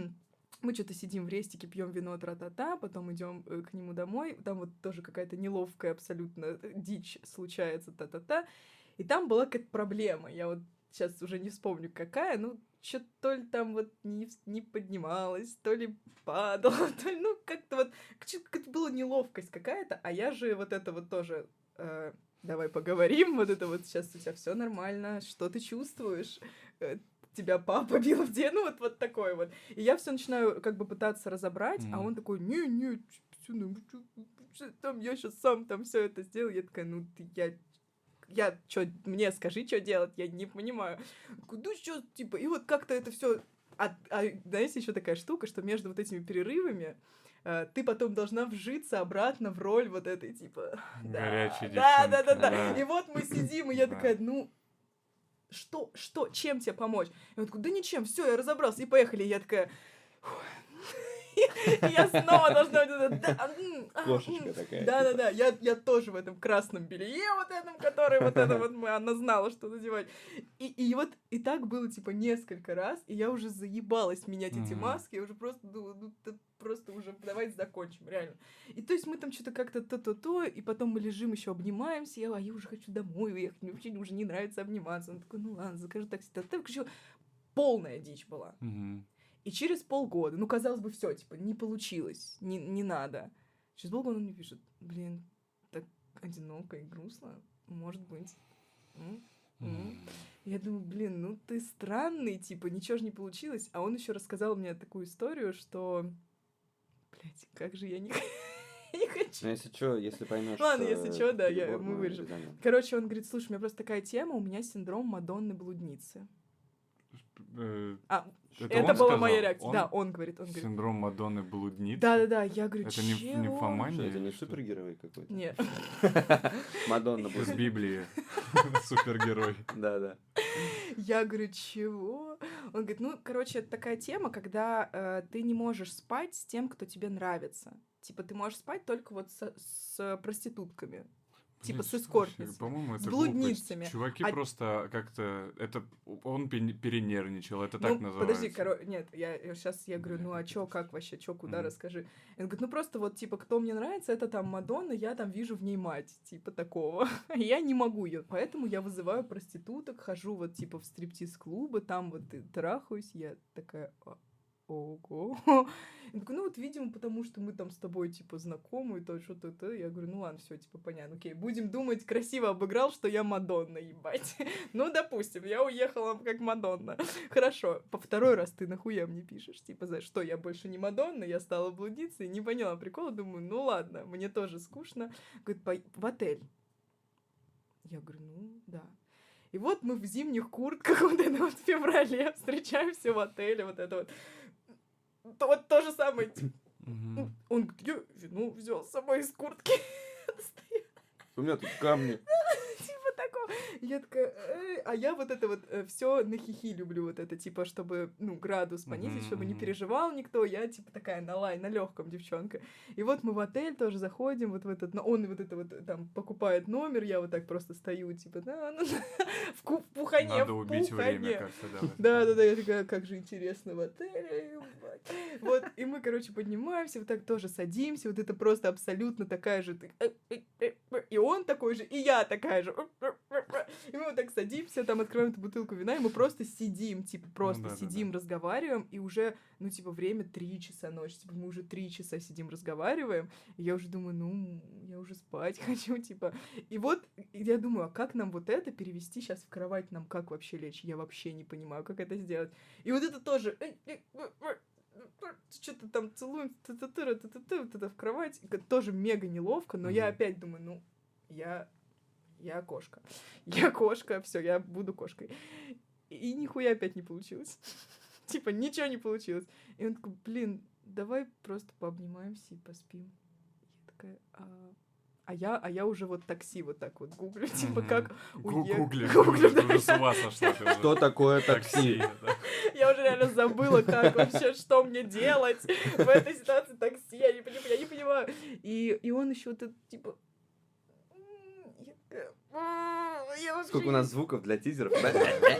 мы что-то сидим в рестике, пьем вино, тра-та-та, потом идем э, к нему домой, там вот тоже какая-то неловкая абсолютно дичь случается, та-та-та, и там была какая-то проблема, я вот сейчас уже не вспомню какая, ну, что то ли там вот не, вс- не поднималась, то ли падала, то ли, ну, как-то вот, чё-то какая-то была неловкость какая-то, а я же вот это вот тоже... э, давай поговорим, вот это вот сейчас у тебя все нормально, что ты чувствуешь, Э, тебя папа бил в день, ну вот, вот такой вот. И я все начинаю как бы пытаться разобрать, а Мгм. он такой, не-не, всё, ну, чё- чё там я сейчас сам там все это сделаю. Я такая, ну ты, я, я, чё, мне скажи, что делать, я не понимаю. Такой, ну что, типа, и вот как-то это все. А, а знаете, еще такая штука, что между вот этими перерывами э, ты потом должна вжиться обратно в роль вот этой, типа... Горячей да, да, да, девчонки, да. да. И вот мы сидим, и я Да. такая, ну, что, что, чем тебе помочь? И он такой, да ничем, все, я разобрался, и поехали. И я такая, «Фух». И я снова должна вот это, да, м, а, Кошечка м. такая, Да-да-да, я, я тоже в этом красном белье вот этом, который вот это вот, мы, она знала, что надевать. И, и вот, и так было, типа, несколько раз, и я уже заебалась менять эти Мгм. маски, я уже просто, ну, ну, ты просто уже, давайте закончим, реально. И то есть мы там что-то как-то то-то-то, и потом мы лежим еще обнимаемся, я, а я уже хочу домой уехать, мне вообще уже не нравится обниматься. Он такой, ну ладно, закажи такси. Да, так еще полная дичь была. Мгм. И через полгода, ну, казалось бы, все, типа, не получилось, не, не надо. Через полгода он мне пишет, блин, так одиноко и грустно, может быть. М? М? Я думаю, блин, ну ты странный, типа, ничего же не получилось. А он еще рассказал мне такую историю, что, блядь, как же я не, не хочу. Ну, если что, если поймешь. Ладно, если чё, да, я- мы вырежем. вырежем. Короче, он говорит, слушай, у меня просто такая тема, у меня синдром Мадонны-блудницы. Э, А, Это это он была сказал? моя реакция. Он? Да, он говорит, он говорит. Синдром Мадонны блудницы? Да-да-да, я говорю, Это не, чего? нимфомания? Что, это не или что? супергерой какой-то? Нет. Мадонна Из будет. Библии. Супергерой. Да-да. Я говорю, чего? Он говорит, ну, короче, это такая тема, когда э, ты не можешь спать с тем, кто тебе нравится. Типа, ты можешь спать только вот со- с проститутками. Типа, Блин, с что вообще? эскортницами. По-моему, с это блудницами. глупость. Чуваки А- просто как-то... Это он пе- перенервничал, это Ну, так называется. подожди, коро... нет, я, сейчас я говорю, Бля, ну а как чё, это как вообще, чё, куда, Мгм. расскажи. Он говорит, ну просто вот, типа, кто мне нравится, это там Мадонна, я там вижу в ней мать, типа такого. Я не могу ее, поэтому я вызываю проституток, хожу вот, типа, в стриптиз-клубы, там вот и трахаюсь, я такая, «А, ого. Он такой, ну вот, видимо, потому что мы там с тобой, типа, знакомы, и то что-то, то. Я говорю, ну ладно, все, типа, понятно, окей, будем думать, красиво обыграл, что я Мадонна, ебать. Ну, допустим, я уехала как Мадонна. Хорошо, по второй раз ты нахуя мне пишешь? Типа, за что, я больше не Мадонна, я стала блудницей, не поняла прикола, думаю, ну ладно, мне тоже скучно. Говорит, «По- в отель. Я говорю, ну, да. И вот мы в зимних куртках вот это вот в феврале встречаемся в отеле, вот это вот. То, вот то же самое. типа, Мгм. Он говорит, я вино взял с собой из куртки. У меня тут камни. Типа такого. Я такая, «Э». А я вот это вот все на хихи люблю, вот это, типа, чтобы, ну, градус понизить, Мгм, чтобы не мгм. переживал никто. Я, типа, такая на лай, на легком девчонка. И вот мы в отель тоже заходим, вот в этот, ну, он вот это вот там покупает номер, я вот так просто стою, типа, да, ну, в ку- в пухане, Надо в убить время пухане. как-то, да. в этом Да, да, плане. да, я такая, как же интересно в отеле, ебать. Вот, и мы, короче, поднимаемся, вот так тоже садимся, вот это просто абсолютно такая же, ты- э, э, э, э, и он такой же, и я такая же. И мы вот так садимся, там открываем эту бутылку вина, и мы просто сидим, типа, просто да, да, сидим, разговариваем, и уже, ну, типа, время три часа ночи, типа, мы уже три часа сидим, разговариваем, и я уже думаю, ну, я уже спать хочу, типа. И вот я думаю, а как нам вот это перевести сейчас в кровать, нам как вообще лечь? Я вообще не понимаю, как это сделать. И вот это тоже... Что-то там целуем, та-та-та, та-та-та, вот это в кровать. И тоже мега неловко, но я Мгм. опять думаю, ну, я... Я кошка. Я кошка, все, я буду кошкой. И нихуя опять не получилось. Типа, ничего не получилось. И он такой, блин, давай просто пообнимаемся и поспим. Я такая, а... А я, а я уже вот такси вот так вот гуглю, типа, Мгм. как Гу- уехать. Гугли, Гуглю, гугли, ты да. уже с ума сошла. ты уже. Что такое такси? Такси, да. Я уже реально забыла, как вообще, что мне делать в этой ситуации такси. Я не понимаю, я не понимаю. И, и он еще вот это, типа... м, я такая, м, я вообще Сколько у не- нас звуков для тизеров, да?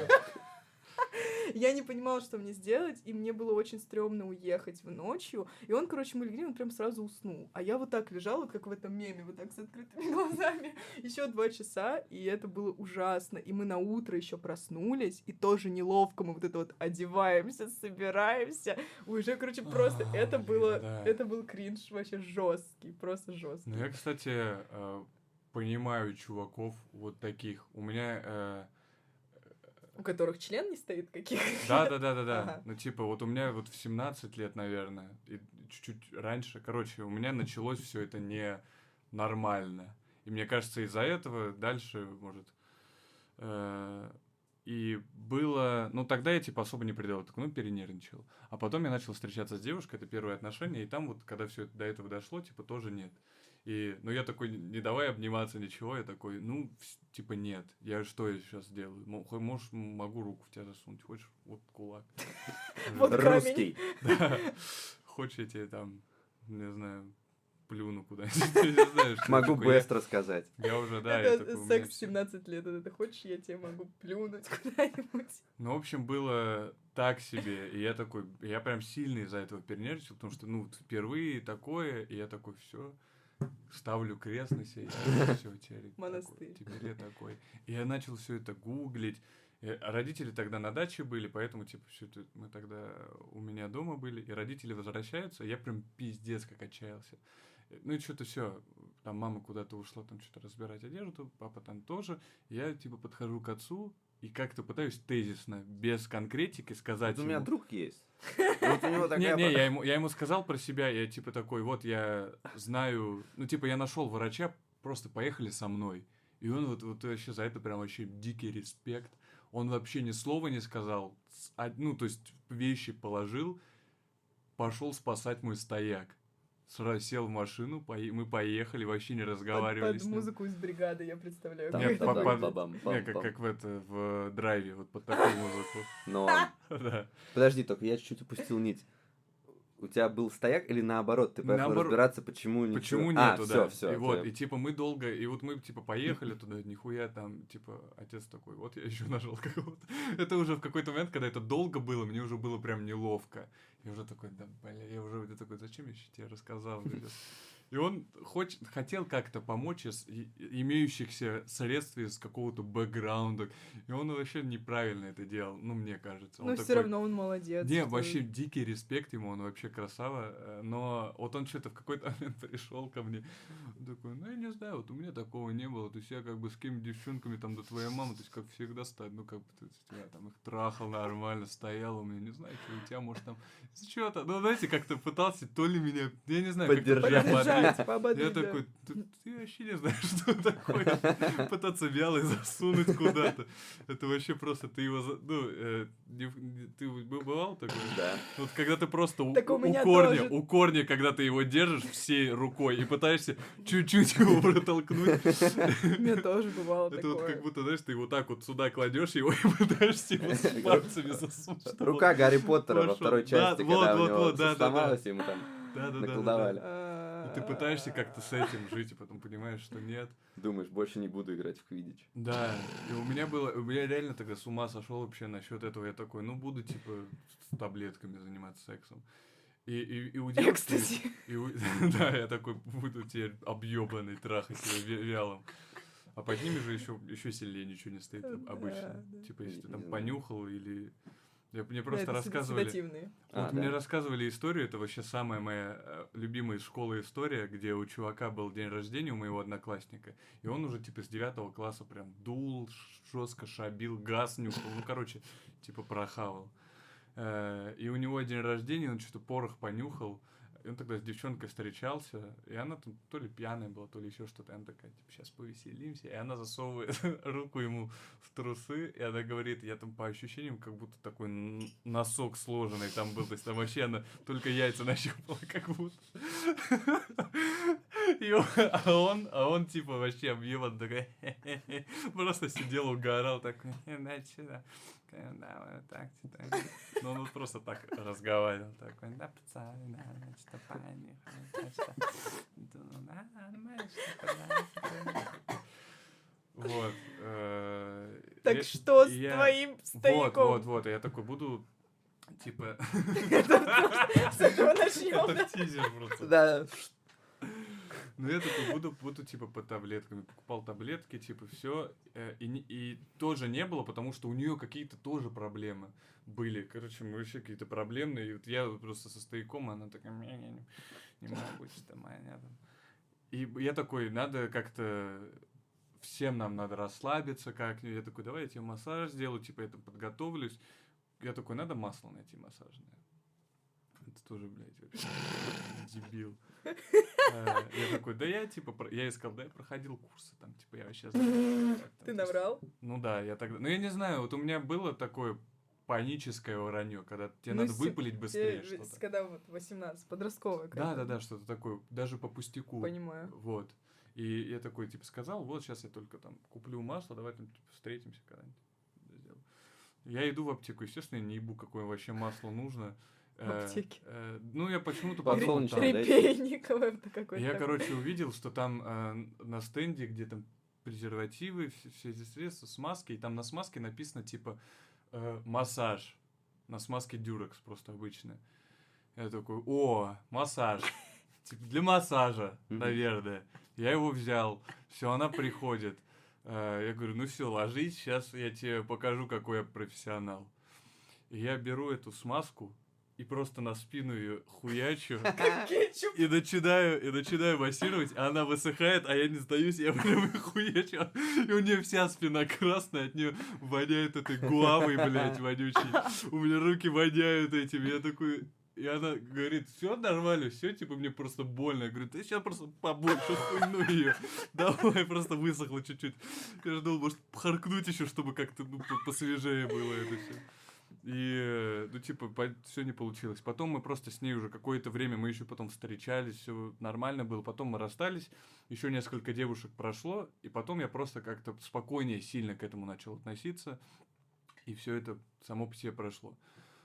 Я не понимала, что мне сделать, и мне было очень стрёмно уехать в ночью. И он, короче, мы легли, он прям сразу уснул. А я вот так лежала, как в этом меме, вот так с открытыми глазами, еще два часа, и это было ужасно. И мы на утро еще проснулись, и тоже неловко мы вот это вот одеваемся, собираемся. Уже, короче, просто А, это блин, было, да. это был кринж вообще жесткий, просто жесткий. Ну, я, кстати, э, понимаю чуваков вот таких. У меня... э, У которых член не стоит каких. Да, да, да, да, да. Ага. Ну, типа, вот у меня вот в семнадцать лет, наверное, и чуть-чуть раньше, короче, у меня началось все это не нормально. И мне кажется, из-за этого дальше, может, э, и было... Ну, тогда я, типа, особо не придал, так, ну, перенервничал. А потом я начал встречаться с девушкой, это первые отношения, и там вот, когда все до этого дошло, типа, тоже нет. И, ну, я такой, не давай обниматься, ничего, я такой, ну, вс- типа, нет, я что я сейчас делаю? Мо- хо- Можешь, могу руку в тебя засунуть, хочешь, вот кулак. Вот камень. Русский. Да. Хочешь, я тебе там, не знаю, плюну куда-нибудь. Ты не знаешь, что Могу такое. быстро сказать. Я уже, да, я Это такой, у меня секс в всё. семнадцать лет. Это ты хочешь, я тебе могу плюнуть куда-нибудь. Ну, в общем, было так себе, и я такой, я прям сильно из-за этого перенервничал, потому что, ну, вот впервые такое, и я такой, все, ставлю крест на себе, все, теперь Монастырь. такой, теперь я такой. И я начал все это гуглить. И родители тогда на даче были, поэтому, типа, все это, мы тогда у меня дома были, и родители возвращаются, я прям пиздец как отчаялся. Ну и что-то все, там мама куда-то ушла, там что-то разбирать одежду, папа там тоже. Я, типа, подхожу к отцу и как-то пытаюсь тезисно, без конкретики сказать Вот у меня ему... друг есть. Вот у него такая... Не, не, я ему, я ему сказал про себя, я типа такой, вот я знаю, ну типа я нашел врача, просто поехали со мной. И он вот, вот вообще за это прям вообще дикий респект. Он вообще ни слова не сказал, с- а- ну то есть вещи положил, пошел спасать мой стояк. Сразу сел в машину, пое- мы поехали, вообще не разговаривали Под, с под ним. музыку из бригады, я представляю. Там как Нет, это по- выглядит. под- бам-бам-бам-бам. Не, как, как в это, в драйве, вот под такую музыку. Но... Да. Подожди, только я чуть-чуть упустил нить. У тебя был стояк или наоборот? Ты поехал Наоборот. разбираться, почему ничего? Почему А, нету, все, да. все. И вот, и типа мы долго, и вот мы типа поехали туда, нихуя там, типа, отец такой, вот я еще нажал какого-то. Это уже в какой-то момент, когда это долго было, мне уже было прям неловко. Я уже такой, да, бля, я уже я такой, зачем я еще тебе рассказал? И он хоч, хотел как-то помочь из и- имеющихся средств, из какого-то бэкграунда. И он вообще неправильно это делал, ну, мне кажется. Он Но все такой, равно он молодец. не, что- вообще дикий респект ему, он вообще красава, э, но вот он что-то в какой-то момент пришел ко мне, он такой, ну я не знаю, вот у меня такого не было, то есть я как бы с какими девчонками там до твоей мамы, то есть как всегда стать, ну как бы, то есть я там их трахал нормально, стоял у меня, не знаю, что у тебя, может там, что-то, ну знаете, как-то пытался то ли меня, я не знаю, как-то Поддержать. меня подвиг- Поддержать, поободрить, я да. такой, ты, ты вообще не знаешь, что такое, пытаться вялый засунуть куда-то, это вообще просто, ты его, за- ну, э, не- не- ты бывал такой? Да. Вот когда ты просто у, Так у у меня корня, тоже. у корня, когда ты его держишь всей рукой и пытаешься чуть-чуть его протолкнуть. У меня тоже бывало Это вот такое. как будто, знаешь, ты вот так вот сюда кладешь его и пытаешься его с пальцами засунуть. чтобы Рука он Гарри Поттера во пошел. второй Да, части, вот, когда у вот, него вот, да, да, да. сломалось, ему там Да, да, да, да, наколдовали. да. И ты пытаешься как-то с этим жить, и потом понимаешь, что нет. Думаешь, больше не буду играть в квиддич. Да, и у меня было, у меня реально тогда с ума сошел вообще насчет этого. Я такой, ну буду типа с таблетками заниматься сексом. И, и, и у девушки... Экстази. и у- да, я такой буду теперь объебанный, трахать себя вя- вялым. А под ними же еще, еще сильнее ничего не стоит Да, обычно. да. Типа, если Не- ты не там знаю. понюхал или... Я, мне Да, просто это рассказывали... седативные. А, Вот мне да? рассказывали историю, это вообще самая моя э, любимая из школы история, где у чувака был день рождения, у моего одноклассника, и он уже типа с девятого класса прям дул, жестко шабил, газ нюхал, ну короче, типа прохавал. Э, И у него день рождения, он что-то порох понюхал, и он тогда с девчонкой встречался, и она там то ли пьяная была, то ли еще что-то, и она такая, типа, сейчас повеселимся, и она засовывает руку ему в трусы, и она говорит, я там по ощущениям, как будто такой н- носок сложенный там был, то есть там вообще она только яйца нащупала, как будто. И он, а он, а он типа вообще объеман такой, просто сидел, угорал такой, да, сюда. Да, вот так, так. Ну, он вот просто так разговаривал, такой, да, пацаны, да, значит, понюхали, так что, ну, да, нормально, что-то, да. Вот. э, Так я- что с я- твоим Вот, стояком? вот, вот, я такой буду, типа... С этого Это начнем. тизер просто. Да. Ну, я такой буду, буду, типа, по таблеткам. Покупал таблетки, типа, все. И, не- и тоже не было, потому что у нее какие-то тоже проблемы были. Короче, мы вообще какие-то проблемные. И вот я вот просто со стояком, она такая, не, не, не, не могу, что моя там. И я такой, надо как-то... Всем нам надо расслабиться как-нибудь. Я такой, давай я тебе массаж сделаю, типа, я там подготовлюсь. Я такой, надо масло найти массажное. Это тоже, блядь, вообще дебил. Э, Я такой, да я, типа, про- я ей сказал, да я проходил курсы, там, типа, я вообще знаю. как там, Ты то есть- наврал? Ну да, я тогда... Ну я не знаю, вот у меня было такое паническое вранье, когда тебе Ну, надо с- выпалить быстрее Тебе, что-то. Когда вот восемнадцать, подростковый. Да, да, да, что-то такое, даже по пустяку. Понимаю. Вот. И я такой, типа, сказал, вот сейчас я только там куплю масло, давай там типа, встретимся когда-нибудь. Сделаю. Я иду в аптеку, естественно, я не ебу, какое вообще масло нужно. В аптеке. Э, э, ну, я почему-то Под подумал, солнечным, там- да? Репейниковое какое-то. Я, такое. короче, увидел, что там э, на стенде, где там презервативы, все, все эти средства, смазки, и там на смазке написано, типа, э, массаж. На смазке Дюрекс просто обычная. Я такой, о, массаж. Типа, для массажа, Мгм. наверное. Я его взял. Все, она приходит. Э, Я говорю, ну все, ложись, сейчас я тебе покажу, какой я профессионал. И я беру эту смазку и просто на спину ее хуячу. Кетчуп. И начинаю, и начинаю массировать, а она высыхает, а я не сдаюсь, я прям ее хуячу. И у нее вся спина красная, от нее воняет этой гуавой, блядь, вонючей. У меня руки воняют этим, я такой... И она говорит, все нормально, все, типа, мне просто больно. Я говорю, ты сейчас просто побольше хуйну ее. Давай, просто высохло чуть-чуть. Я же думал, может, харкнуть еще, чтобы как-то ну, по- посвежее было это все. И, э, ну, типа, все не получилось. Потом мы просто с ней уже какое-то время, мы еще потом встречались, все нормально было. Потом мы расстались, еще несколько девушек прошло, и потом я просто как-то спокойнее, сильно к этому начал относиться, и все это само по себе прошло.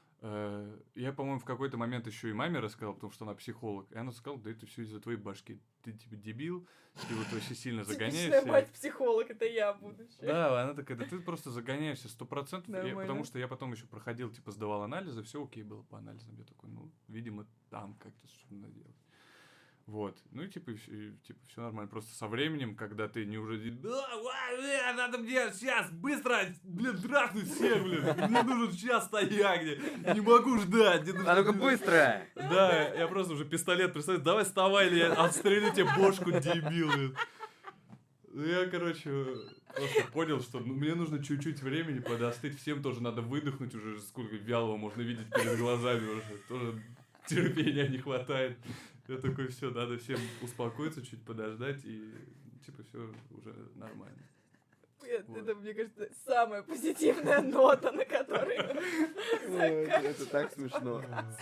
Э, Я, по-моему, в какой-то момент еще и маме рассказал, потому что она психолог, и она сказала, да это все из-за твоей башки. Ты, типа, дебил, ты вот очень сильно Типичная загоняешься. мать-психолог, это я будущая. Да, она такая, да ты просто загоняешься сто процентов, Я- Нормально. потому что я потом еще проходил, типа, сдавал анализы, все окей было по анализам. Я такой, ну, видимо, там как-то что-то надо делать. Вот. Ну и типа, все, типа, все нормально. Просто со временем, когда ты не уже... «Да, ва, э, надо мне сейчас быстро, блин, трахнуть всех, блин. Мне нужен сейчас стоять, где. Не могу ждать. мне нужно- А ну-ка быстро! Да, я просто уже пистолет представляю. Давай вставай, или я отстрелю тебе бошку, дебил. блин». Ну, я, короче, просто понял, что ну, мне нужно чуть-чуть времени подостыть. Всем тоже надо выдохнуть уже, сколько вялого можно видеть перед глазами уже. Тоже терпения не хватает. Я такой, все, надо всем успокоиться, чуть подождать, и типа все уже нормально. Это, Вот. это, мне кажется, самая позитивная нота, на которой... Это так смешно.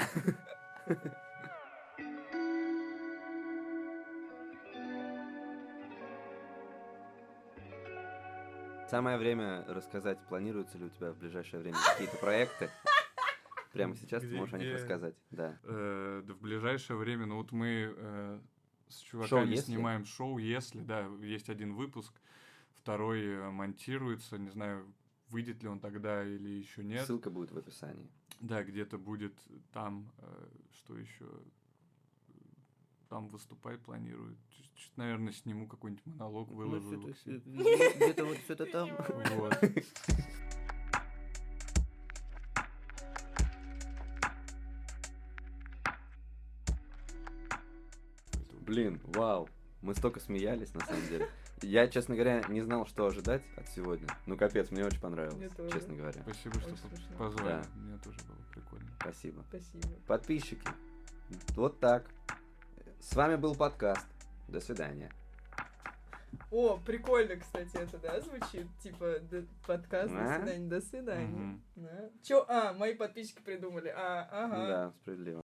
Самое время рассказать, планируются ли у тебя в ближайшее время какие-то проекты. Прямо сейчас ты Где- можешь о них где? рассказать. Да. Э, Да в ближайшее время, ну вот мы э, с Шоу чуваками «Если»? снимаем шоу «Если», да, есть один выпуск, второй э, монтируется, не знаю, выйдет ли он тогда или еще нет. Ссылка будет в описании. Да, где-то будет там, э, что еще, там выступать планирует. Чуть, наверное, сниму какой-нибудь монолог, выложу его к себе. Где-то вот что-то там. Вот. Блин, вау. Мы столько смеялись, на самом деле. Я, честно говоря, не знал, что ожидать от сегодня. Ну, капец, мне очень понравилось, Мне тоже. честно говоря. Спасибо, что Очень смешно. позвали. Да. Мне тоже было прикольно. Спасибо. Спасибо. Подписчики, вот так. С вами был подкаст. До свидания. О, прикольно, кстати, это, да, звучит? Типа, д- подкаст, до А? свидания, до свидания. Мгм. Да. Чё? А, мои подписчики придумали. А, ага. Да, справедливо.